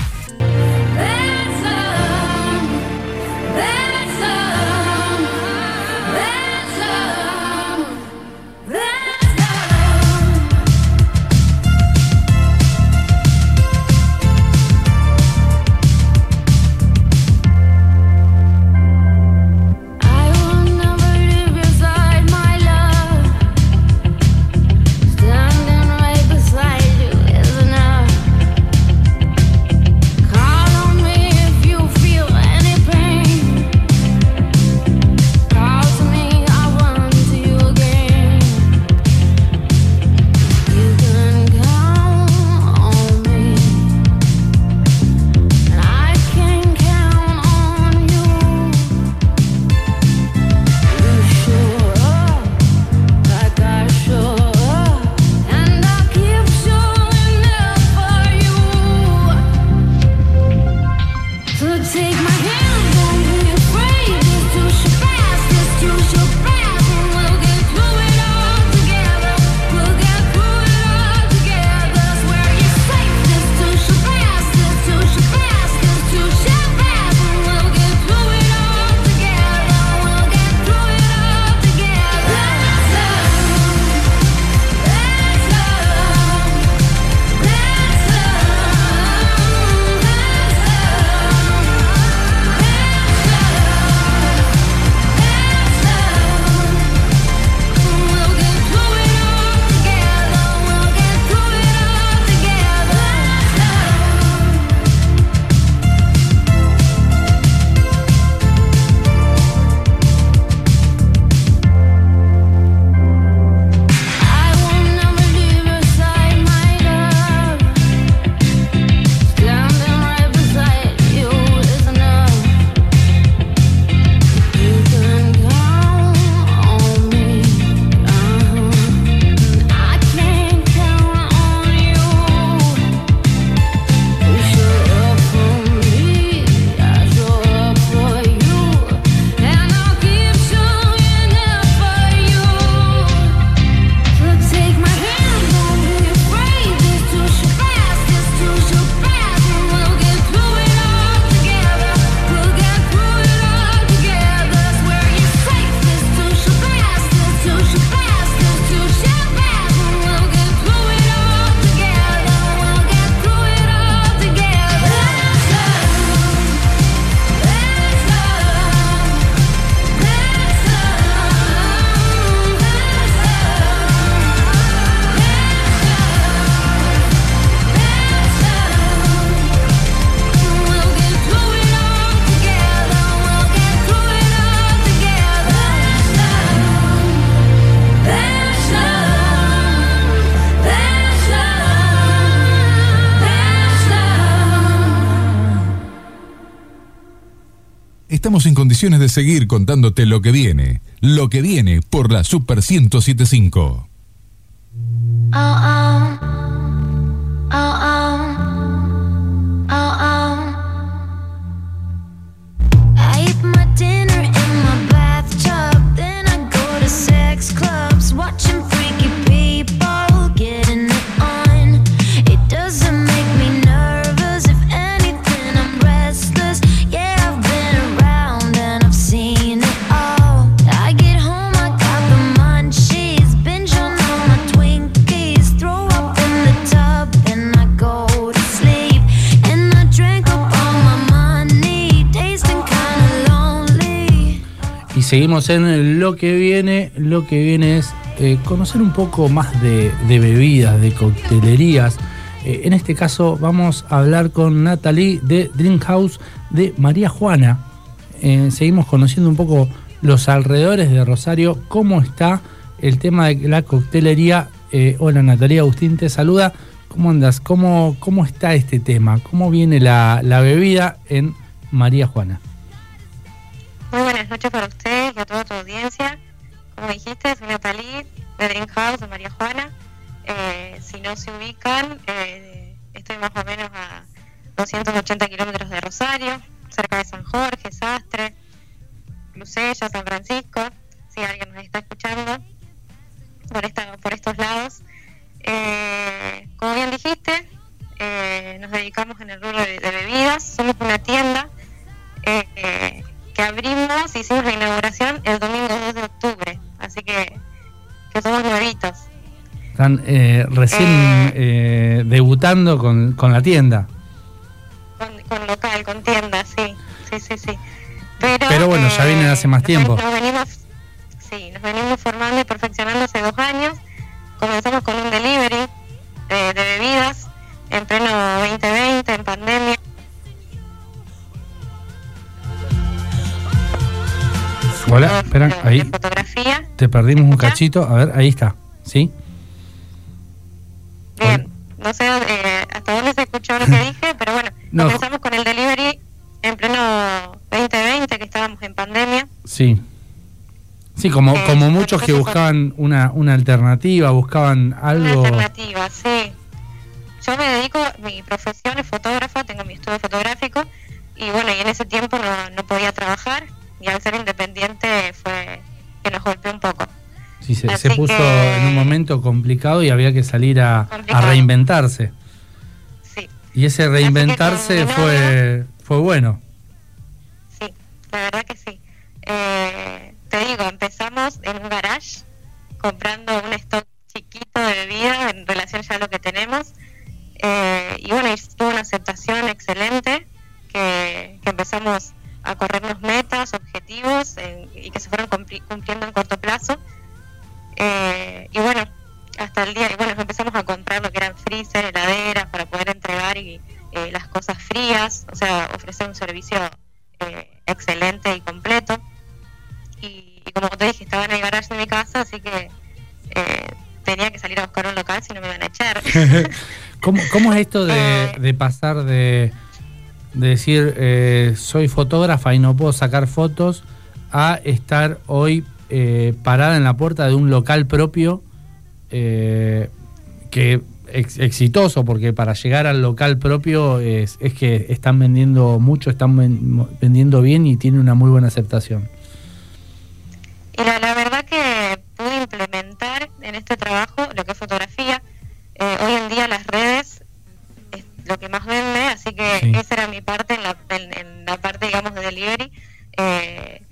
That's all. That's all. estamos en condiciones de seguir contándote lo que viene. Lo que viene por la Super ciento siete punto cinco. Oh, oh. Oh, oh. Oh, oh. I eat my dinner in my bathtub, then I go to sex clubs, watching freaky people getting it on. It doesn't make me nervous, if anything I'm restless. Yeah, I've been around and I've seen it all. I get home, I got the munchies, binge on all my Twinkies, throw up in the tub, then I go to sleep. And I drank up all my money, tasting kinda lonely. Y seguimos en lo que viene. Lo que viene es eh, conocer un poco más de, de bebidas, de coctelerías. Eh, en este caso vamos a hablar con Natalie de Drink House de María Juana. Eh, seguimos conociendo un poco los alrededores de Rosario, cómo está el tema de la coctelería. Eh, hola Natalia, Agustín te saluda. ¿Cómo andas? ¿Cómo, cómo está este tema? ¿Cómo viene la, la bebida en María Juana? Muy buenas noches para ustedes y a toda tu audiencia. Como dijiste, soy Natalie de Drink House de María Juana. Eh, si no se ubican, eh, estoy más o menos a doscientos ochenta kilómetros de Rosario, cerca de San Jorge, Sastre, Lucella, San Francisco, si alguien nos está escuchando por, esta, por estos lados. Eh, como bien dijiste, eh, nos dedicamos en el rubro de, de bebidas, somos una tienda eh, eh, que abrimos, hicimos la inauguración el domingo dos de octubre, así que, que somos nuevitos. Están eh, recién eh, eh, debutando con, con la tienda. Con, con local, con tienda, sí, sí, sí, sí. Pero, Pero bueno, ya vienen hace más nos tiempo. Nos venimos, sí, nos venimos formando y perfeccionando hace dos años. Comenzamos con un delivery de, de bebidas en pleno veinte veinte, en pandemia. Hola, espera, de, ahí de fotografía. te perdimos un cachito. A ver, ahí está, ¿sí? Bien, no sé eh, hasta dónde se escuchó lo que dije, pero bueno, No. comenzamos con el delivery en pleno veinte veinte, que estábamos en pandemia. Sí. Sí, como, Eh, como muchos que entonces, buscaban una, una alternativa, buscaban Una algo. alternativa, sí. Yo me dedico, mi profesión es fotógrafa, tengo mi estudio fotográfico y bueno, y en ese tiempo no, no podía trabajar y al ser independiente fue que nos golpeó un poco. Sí, se, Así se puso que- en un momento complicado y había que salir a, a Complicado. reinventarse. Sí, Y ese reinventarse con mi fue, fue bueno. sí, la verdad que sí. Eh, te digo, empezamos en un garage comprando un stock chiquito de bebida en relación ya a lo que tenemos. Eh, y bueno, y tuvo una aceptación excelente, que, que empezamos a corrernos metas, objetivos en- y que se fueron cumpli- cumpliendo en corto plazo. Eh, y bueno, hasta el día, y bueno, empezamos a comprar lo que eran freezer, heladeras para poder entregar y eh, las cosas frías, o sea, ofrecer un servicio eh, excelente y completo. Y, y como te dije, estaba en el garage de mi casa, así que eh, tenía que salir a buscar un local si no me iban a echar. ¿Cómo, ¿Cómo es esto de, Eh. de pasar de, de decir eh, soy fotógrafa y no puedo sacar fotos a estar hoy eh, parada en la puerta de un local propio eh, que ex- exitoso, porque para llegar al local propio es, es que están vendiendo mucho, están ven- vendiendo bien y tiene una muy buena aceptación? Y la, la verdad que pude implementar en este trabajo lo que es fotografía. Eh, hoy en día las redes es lo que más vende, así que Sí. esa era mi parte en la, en, en la parte, digamos, de delivery. Eh,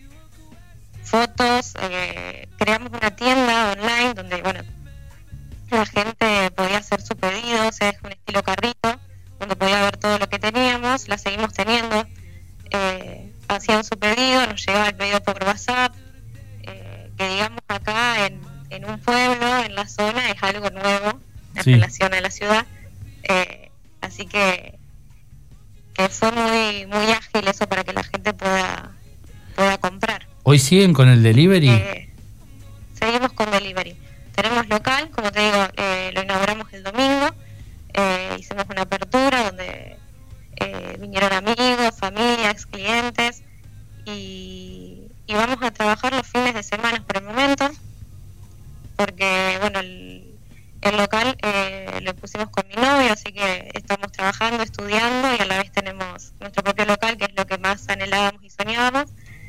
fotos, eh, creamos una tienda online donde, bueno, la gente podía hacer su pedido, o sea, es un estilo carrito, donde podía ver todo lo que teníamos, la seguimos teniendo. Eh, hacían su pedido, nos llegaba el pedido por WhatsApp, eh, que digamos acá en, en un pueblo, en la zona, es algo nuevo en Sí. relación a la ciudad. Eh, así que, que fue muy, muy ágil eso para que la gente pueda, pueda comprar. ¿Hoy siguen con el delivery? Eh, seguimos con delivery. Tenemos local, como te digo, eh, lo inauguramos el domingo. Eh, hicimos una apertura donde eh, vinieron amigos, familia, ex clientes y, y, y vamos a trabajar los fines de semana por el momento, porque bueno, el, el local eh, lo pusimos con mi novio, así que estamos trabajando, estudiando y a la vez tenemos nuestro propio local, que es lo que más anhelábamos y soñábamos,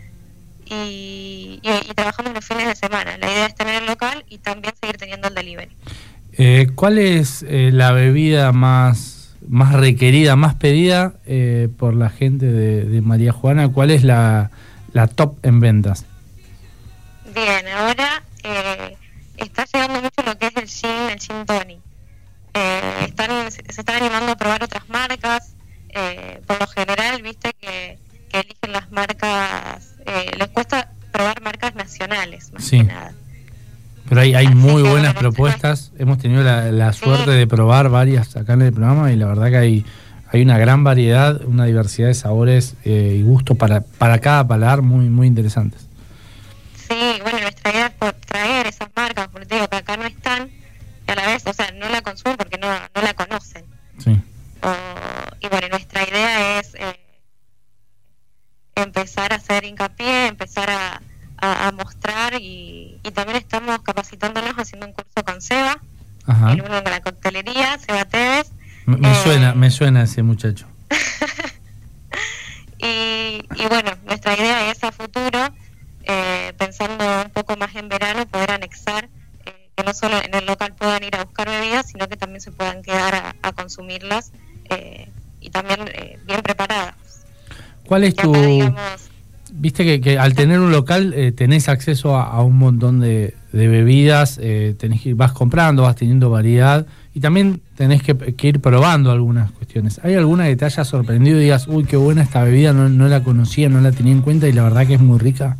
y, y, y trabajamos los fines de semana. La idea es tener el local y también seguir teniendo el delivery. Eh, ¿Cuál es eh, la bebida más, más requerida, más pedida eh, por la gente de, de María Juana? ¿Cuál es la, la top en ventas? Bien, ahora eh, está llegando mucho lo que es el gin, el gin tonic. Eh, están, se están animando a probar otras marcas. Eh, por lo general, viste que, que eligen las marcas, eh, les cuesta probar marcas nacionales, más Sí. que nada. Pero hay, hay Así muy que, buenas bueno, propuestas. Hemos tenido la, la Sí. suerte de probar varias acá en el programa y la verdad que hay, hay una gran variedad, una diversidad de sabores eh, y gustos para, para cada paladar muy, muy interesantes. Sí, bueno, nuestra idea es por traer esas marcas, porque te digo que acá no están, y a la vez, o sea, no la consumen porque no, no la conocen. Sí. O- y bueno, nuestra idea es eh, empezar a hacer hincapié, empezar a, a, a mostrar y, y también estamos capacitándonos haciendo un curso con Seba, Ajá. el uno de la coctelería, Seba Tevez. Me, me Eh, suena, me suena ese muchacho. Y, y bueno, nuestra idea es a futuro, eh, pensando un poco más en verano, poder anexar, eh, que no solo en el local puedan ir a buscar bebidas, sino que también se puedan quedar a, a consumirlas eh, y también eh, bien preparadas. ¿Cuál es Que tu...? acá, digamos, Viste que, que al tener un local eh, tenés acceso a, a un montón de, de bebidas, eh, tenés que ir- vas comprando, vas teniendo variedad y también tenés que, que ir probando algunas cuestiones. ¿Hay alguna que te haya sorprendido y digas, uy, qué buena esta bebida, no, no la conocía, no la tenía en cuenta y la verdad que es muy rica?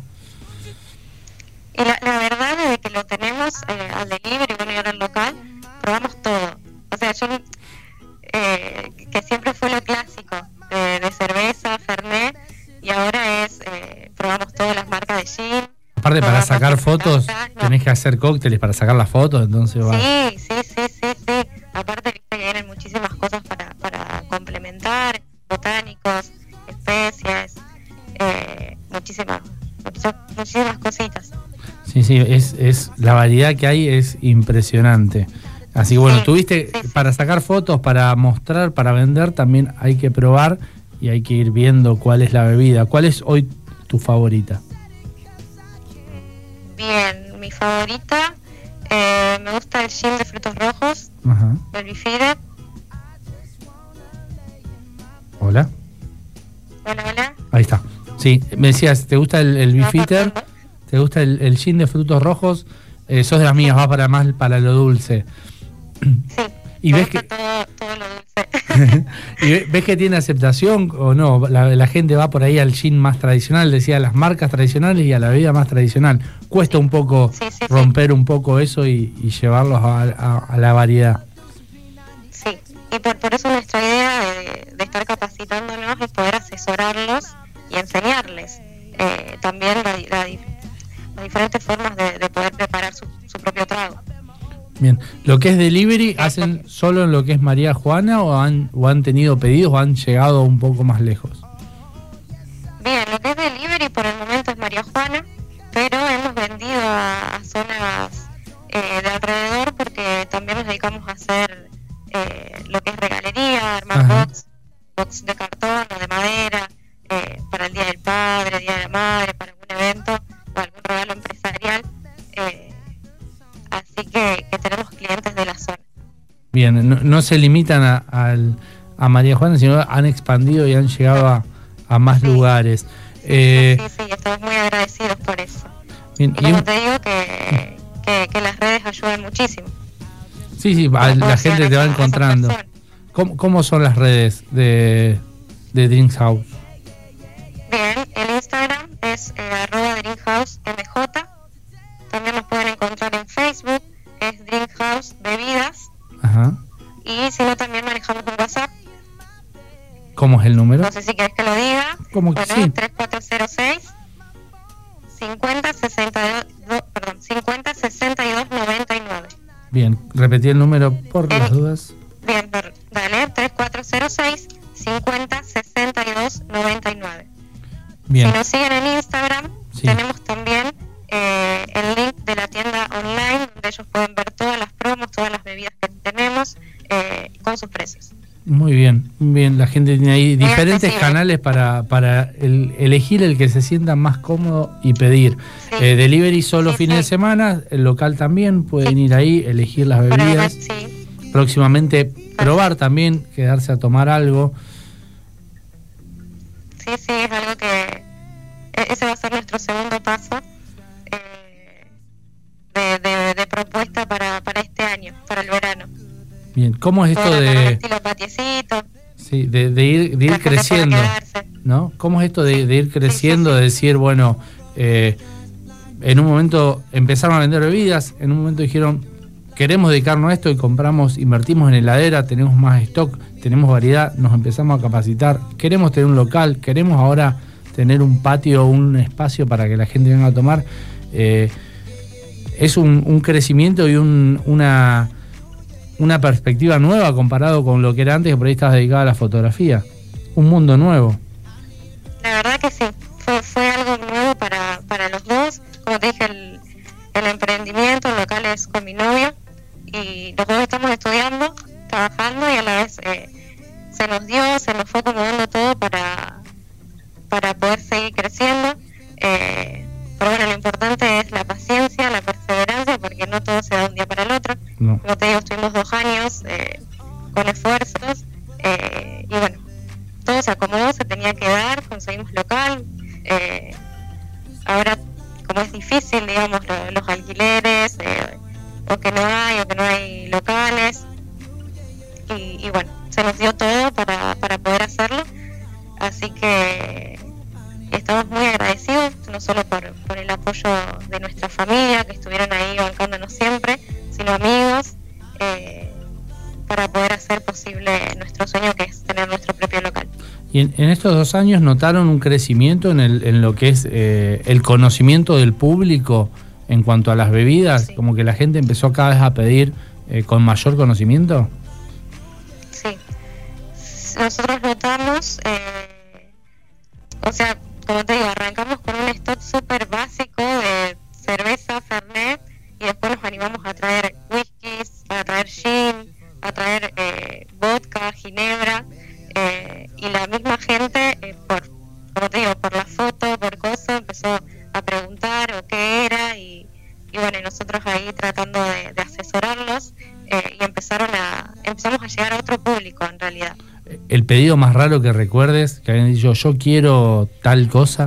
y la, la verdad, desde que lo tenemos eh, al delivery, bueno, y ahora al local, probamos todo. O sea, yo, eh, que siempre fue lo clásico, de, de cerveza, fernet, y ahora es, eh, probamos todas las marcas de gin. Aparte, para probamos sacar las fotos, casas, no. tenés que hacer cócteles para sacar las fotos, entonces va. Sí, sí, sí, sí, sí. Aparte, viste que vienen muchísimas cosas para, para complementar, botánicos, especies, eh, muchísimas, muchas- muchísimas cositas. Sí, sí, es, es, la variedad que hay es impresionante. Así que bueno, Sí, tuviste, sí, sí. para sacar fotos, para mostrar, para vender, también hay que probar y hay que ir viendo cuál es la bebida. ¿Cuál es hoy tu favorita? Bien, mi favorita, eh, me gusta el gin de frutos rojos, Ajá. del Bifide. Hola. Hola, hola. Ahí está. Sí, me decías, ¿te gusta el, el Beefeater? ¿Te gusta el, el gin de frutos rojos? Eh, sos de las mías, va para más para lo dulce. Sí, ¿Y me ves gusta que todo, todo lo dulce. y ve- ves que tiene aceptación o no? La, la gente va por ahí al gin más tradicional, decía, a las marcas tradicionales y a la bebida más tradicional. Cuesta un poco Sí, sí, sí. romper un poco eso y, y llevarlos a, a- a la variedad. Sí, y por, por eso nuestra idea de, de estar capacitándonos es poder asesorarlos y enseñarles eh, también la, la dif- las diferentes formas de, de poder preparar su, su propio trago. Bien, lo que es delivery, ¿hacen solo en lo que es María Juana o han, o han tenido pedidos o han llegado un poco más lejos? Bien, lo que es delivery por el momento es María Juana, pero hemos vendido a, a zonas eh, de alrededor porque también nos dedicamos a hacer eh, lo que es regalería, armar Ajá. box, box de cartón o de madera, eh, para el Día del Padre, Día de la Madre, para algún evento o algún regalo empresarial. Eh, así que, que tenemos clientes de la zona. Bien, no, no se limitan a, al- a María Juana, sino han expandido y han llegado a, a más Sí. lugares. Eh, sí, sí, estamos muy agradecidos por eso. bien, Y y como un- te digo que, que, que las redes ayudan muchísimo. sí, sí, a- para la poder gente llegar te va a esa- a esas encontrando. personas. ¿Cómo, cómo son las redes de, de Drinks House? Bien, el Instagram es eh, arroba drinkhouse mj. También nos pueden encontrar en Facebook, es Drinkhouse Bebidas. Ajá. Y si no, también manejamos un WhatsApp. ¿Cómo es el número? No sé si querés que lo diga. ¿Cómo que Bueno, sí? tres cuatro cero seis cincuenta sesenta y dos, perdón, cincuenta sesenta y dos noventa y nueve. Bien, repetí el número por El- las dudas. Bien, per- dale, tres cuatro cero seis cincuenta sesenta y dos noventa y nueve. Bien. Si nos siguen en Instagram, Sí. tenemos también eh, el link de la tienda online, donde ellos pueden ver todas las promos, todas las bebidas que tenemos, eh, con sus precios. Muy bien, muy bien. La gente tiene ahí Muy diferentes accesible. canales para, para el- elegir el que se sienta más cómodo y pedir. Sí. Eh, delivery solo Sí, fines sí. de semana, el local también, pueden Sí. ir ahí, elegir las Para bebidas. sí, Próximamente probar también, quedarse a tomar algo. sí, sí, es algo que e- ese va a ser nuestro segundo paso eh, de, de, de propuesta para, para este año, para el verano. Bien, ¿cómo es esto Poder armar un de, estilo patiecito, sí, de, de ir, de ir la gente pueda creciendo? quedarse. ¿No? ¿Cómo es esto de, de ir sí, creciendo, sí. de decir, bueno, eh, en un momento empezaron a vender bebidas, en un momento dijeron, queremos dedicarnos a esto y compramos, invertimos en heladera, tenemos más stock, tenemos variedad, nos empezamos a capacitar, queremos tener un local, queremos ahora tener un patio, un espacio para que la gente venga a tomar? Eh, es un, un crecimiento y un, una, una perspectiva nueva comparado con lo que era antes, que por ahí estabas dedicada a la fotografía. Un mundo nuevo. La verdad que sí, fue, fue algo nuevo para, para los dos. Como te dije, el, el emprendimiento, el local es con mi novio y los dos estamos estudiando, trabajando y a la vez eh, se nos dio, se nos fue acomodando todo para, para poder seguir creciendo. Eh, pero bueno, lo importante es la paciencia, la perseverancia, porque no todo se da de un día para el otro. No. Como te digo, estuvimos dos años eh, con esfuerzos eh, y bueno, todo se acomodó, se tenía que dar, conseguimos local. Eh, ahora, como es difícil, digamos, lo- los alquileres, eh, o que no hay, o que no hay locales, y, y bueno, se nos dio todo para, para poder hacerlo. Así que estamos muy agradecidos, no solo por, por el apoyo de nuestra familia, que estuvieron ahí bancándonos siempre, sino amigos, eh, para poder hacer posible nuestro sueño, que es tener nuestro propio local. Y en, en estos dos años notaron un crecimiento en, el, en lo que es eh, el conocimiento del público en cuanto a las bebidas, Sí. como que la gente empezó cada vez a pedir eh, con mayor conocimiento. Sí. Nosotros notamos, eh, o sea, como te digo, arrancamos con un stock súper básico de cerveza, fernet, y después nos animamos a traer whiskies, a traer gin, a traer eh, vodka, ginebra, eh, y la misma gente, eh, por, como te digo, por la foto, por cosas, empezó a preguntar o qué era, y, y bueno, y nosotros ahí tratando de, de asesorarlos, eh, y empezaron a empezamos a llegar a otro público en realidad. El pedido más raro que recuerdes, que habían dicho yo quiero tal cosa,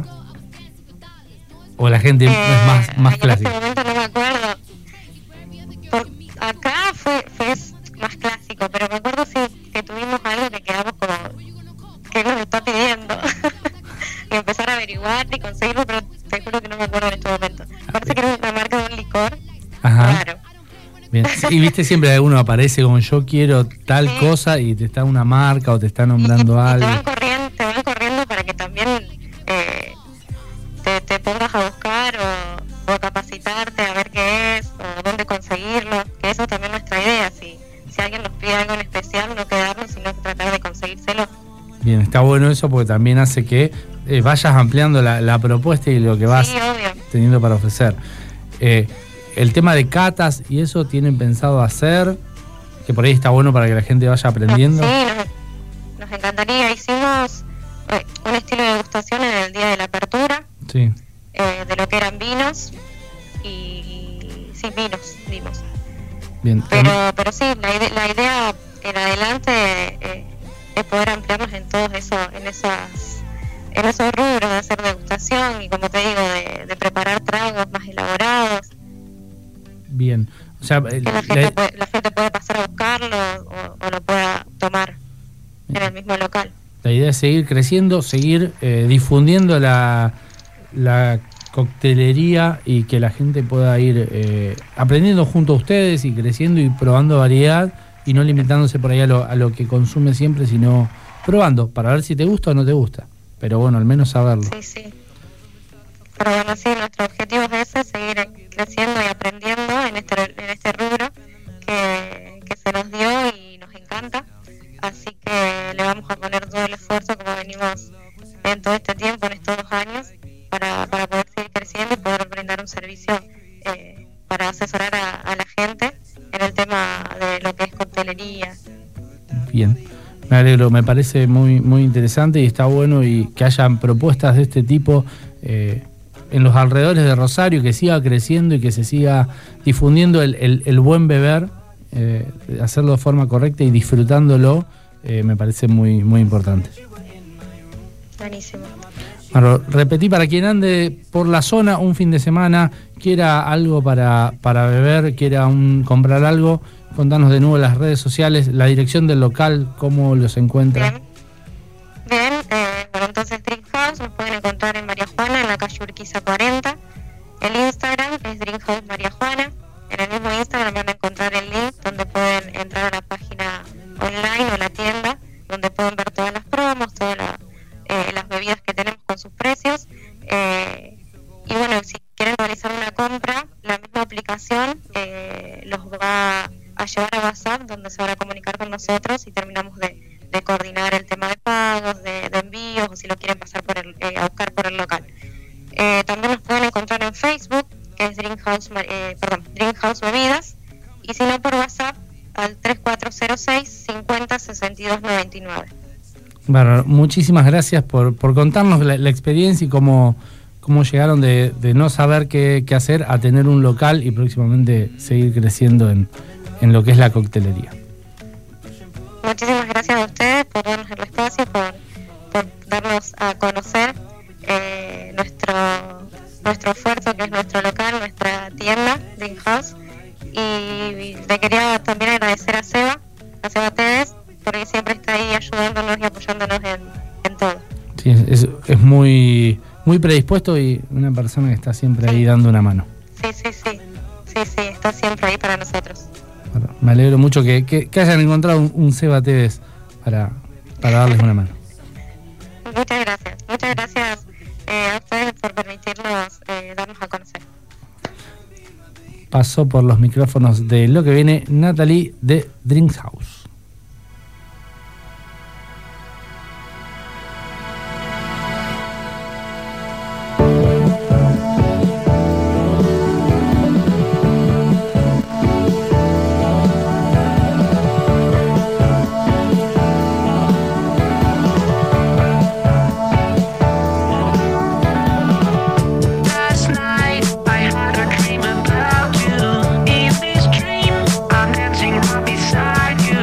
o la gente Eh, es más, más en clásica. este momento no me acuerdo. Por, acá fue, fue más clásico, pero me acuerdo sí que tuvimos algo que quedamos como, ¿qué nos está pidiendo? Y empezar a averiguar y conseguirlo, pero te juro que no me acuerdo en este momento. Parece que era una marca de un licor. Ajá. Claro. Bien. Sí, y viste, siempre alguno aparece como yo quiero tal Sí. cosa y te está una marca o te está Y, y nombrando te algo. van corriendo, te van corriendo para que también eh, te, te pongas a buscar o, o a capacitarte a ver qué es o dónde conseguirlo, que eso también es nuestra idea. Si, si alguien nos pide algo en especial, no quedarnos, sino tratar de conseguírselo. Bien, está bueno eso porque también hace que eh, vayas ampliando la, la propuesta y lo que vas Sí, obvio. teniendo para ofrecer. Eh, el tema de catas y eso tienen pensado hacer, que por ahí está bueno para que la gente vaya aprendiendo. Sí, nos, nos encantaría. Hicimos eh, un estilo de degustación en el día de la apertura, Sí. eh, de lo que eran vinos y sí, vinos, dimos. Bien. Pero, pero sí, la, ide- la idea en adelante eh, es poder ampliarnos en todos eso, en esas, en esos rubros de hacer degustación y, como te digo, de, de preparar tragos más elaborados, Bien. O sea, el- que la gente, la- puede, la gente puede pasar a buscarlo o, o lo pueda tomar en el mismo local. La idea es seguir creciendo, seguir eh, difundiendo la, la coctelería y que la gente pueda ir eh, aprendiendo junto a ustedes y creciendo y probando variedad y no limitándose por ahí a lo, a lo que consume siempre, sino probando para ver si te gusta o no te gusta. Pero bueno, al menos saberlo. Sí, sí. Pero bueno, sí, nuestro objetivo es ese, seguir creciendo y aprendiendo en este, en este rubro que, que se nos dio y nos encanta. Así que le vamos a poner todo el esfuerzo como venimos en todo este tiempo, en estos dos años, para, para poder seguir creciendo. un servicio eh, para asesorar a, a la gente en el tema de lo que es coctelería. Bien, me alegro, me parece muy, muy interesante y está bueno y que hayan propuestas de este tipo eh, en los alrededores de Rosario, que siga creciendo y que se siga difundiendo el, el, el buen beber, eh, hacerlo de forma correcta y disfrutándolo, eh, me parece muy, muy importante. Buenísimo. Bueno, repetí para quien ande por la zona un fin de semana, quiera algo para, para beber, quiera un, comprar algo, contanos de nuevo las redes sociales, la dirección del local, cómo los encuentran. Bien, Bien eh, bueno, entonces Drink House nos pueden encontrar en María Juana, en la calle Urquiza cuarenta. El Instagram es Drink House María Juana. En el mismo Instagram van a encontrar el link donde pueden entrar a la página online o la tienda, donde pueden ver todas las promos, todas la, eh, las bebidas que tenemos con sus precios. Eh, y bueno, si quieren realizar una compra, la misma aplicación eh, los va a llevar a WhatsApp, donde se van a comunicar con nosotros y terminamos de, de coordinar el tema de pagos, de, de envíos, o si lo quieren pasar por el, eh, a buscar por el local. Eh, también nos pueden encontrar en Facebook, que es Drink House, eh, perdón, Drink House Bebidas, y si no por WhatsApp al tres cuatro cero seis, cincuenta, sesenta y dos, noventa y nueve. Bueno, muchísimas gracias por, por contarnos la, la experiencia y cómo, cómo llegaron de, de no saber qué, qué hacer a tener un local y próximamente seguir creciendo en, en lo que es la coctelería. Muchísimas gracias a ustedes por darnos el espacio, por, por darnos a conocer eh, nuestro nuestro esfuerzo, que es nuestro local, nuestra tienda, Drink House. Y le quería también agradecer a Seba, a Seba Tevez, porque siempre está ahí ayudándonos y apoyándonos en, en todo. Sí, es, es muy, muy predispuesto y una persona que está siempre ahí dando una mano. Sí, sí, sí, sí, sí, está siempre ahí para nosotros. Bueno, me alegro mucho que, que, que hayan encontrado un, un Seba Tevez para, para darles una mano. Muchas gracias, muchas gracias eh, a ustedes por permitirnos eh, darnos a conocer. Pasó por los micrófonos de Lo que viene Natalie de Drink House. Beside you.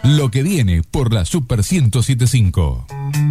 Lo que viene por la Super ciento siete punto cinco.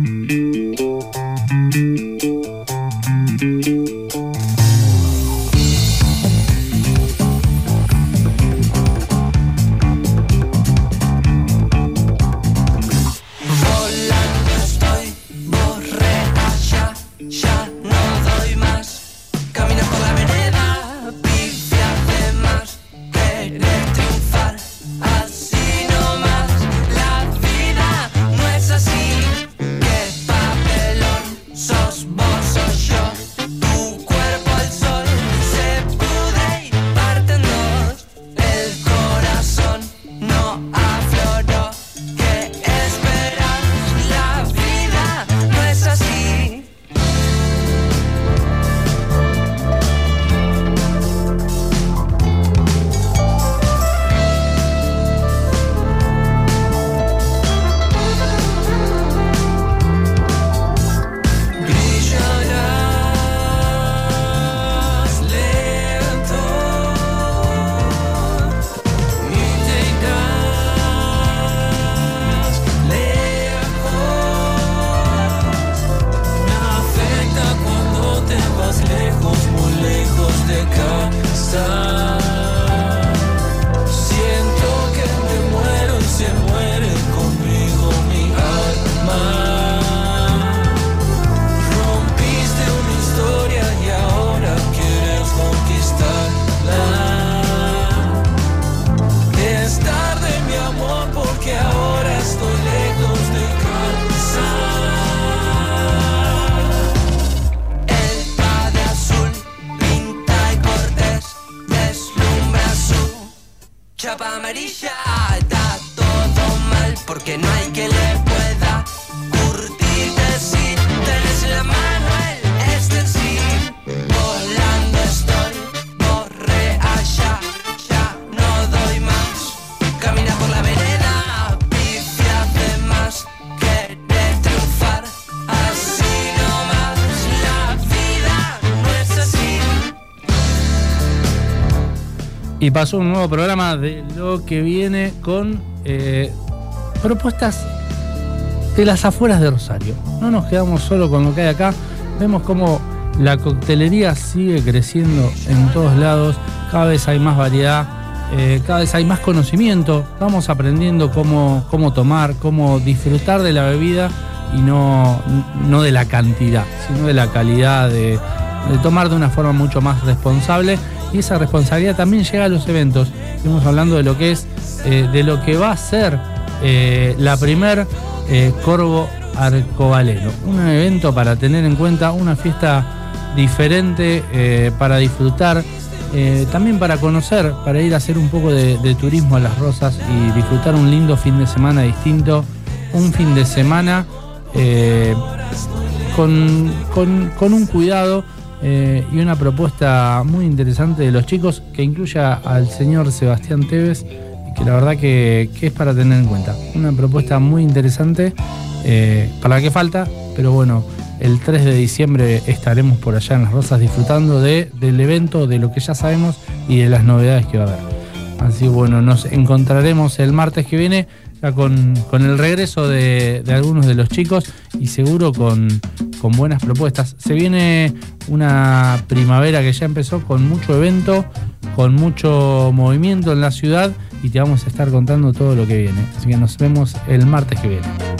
Chapa amarilla, está todo mal porque no hay que le pueda curtirte si tenés en la mano el extensivo. Volando estoy, borré allá, ya no doy más. Camina por la vereda, pifia de más, querés triunfar, así nomás. La vida no es así. Y pasó un nuevo programa de Lo que viene con eh, propuestas de las afueras de Rosario. No nos quedamos solo con lo que hay acá. Vemos cómo la coctelería sigue creciendo en todos lados. Cada vez hay más variedad, eh, cada vez hay más conocimiento. Vamos aprendiendo cómo, cómo tomar, cómo disfrutar de la bebida y no, no de la cantidad, sino de la calidad, de, de tomar de una forma mucho más responsable. Y esa responsabilidad también llega a los eventos. Estamos hablando de lo que es, eh, de lo que va a ser eh, la primer eh, Corvo Arcobaleno. Un evento para tener en cuenta, una fiesta diferente eh, para disfrutar, eh, también para conocer, para ir a hacer un poco de, de turismo a Las Rosas y disfrutar un lindo fin de semana distinto. Un fin de semana eh, con, con, con un cuidado. Eh, y una propuesta muy interesante de los chicos que incluye al señor Sebastián Tevez, que la verdad que, que es para tener en cuenta. Una propuesta muy interesante, eh, para la que falta, pero bueno, el tres de diciembre estaremos por allá en Las Rosas disfrutando de, del evento, de lo que ya sabemos y de las novedades que va a haber. Así bueno, nos encontraremos el martes que viene ya con, con el regreso de, de algunos de los chicos y seguro con, con buenas propuestas. Se viene una primavera que ya empezó con mucho evento, con mucho movimiento en la ciudad y te vamos a estar contando todo lo que viene. Así que nos vemos el martes que viene.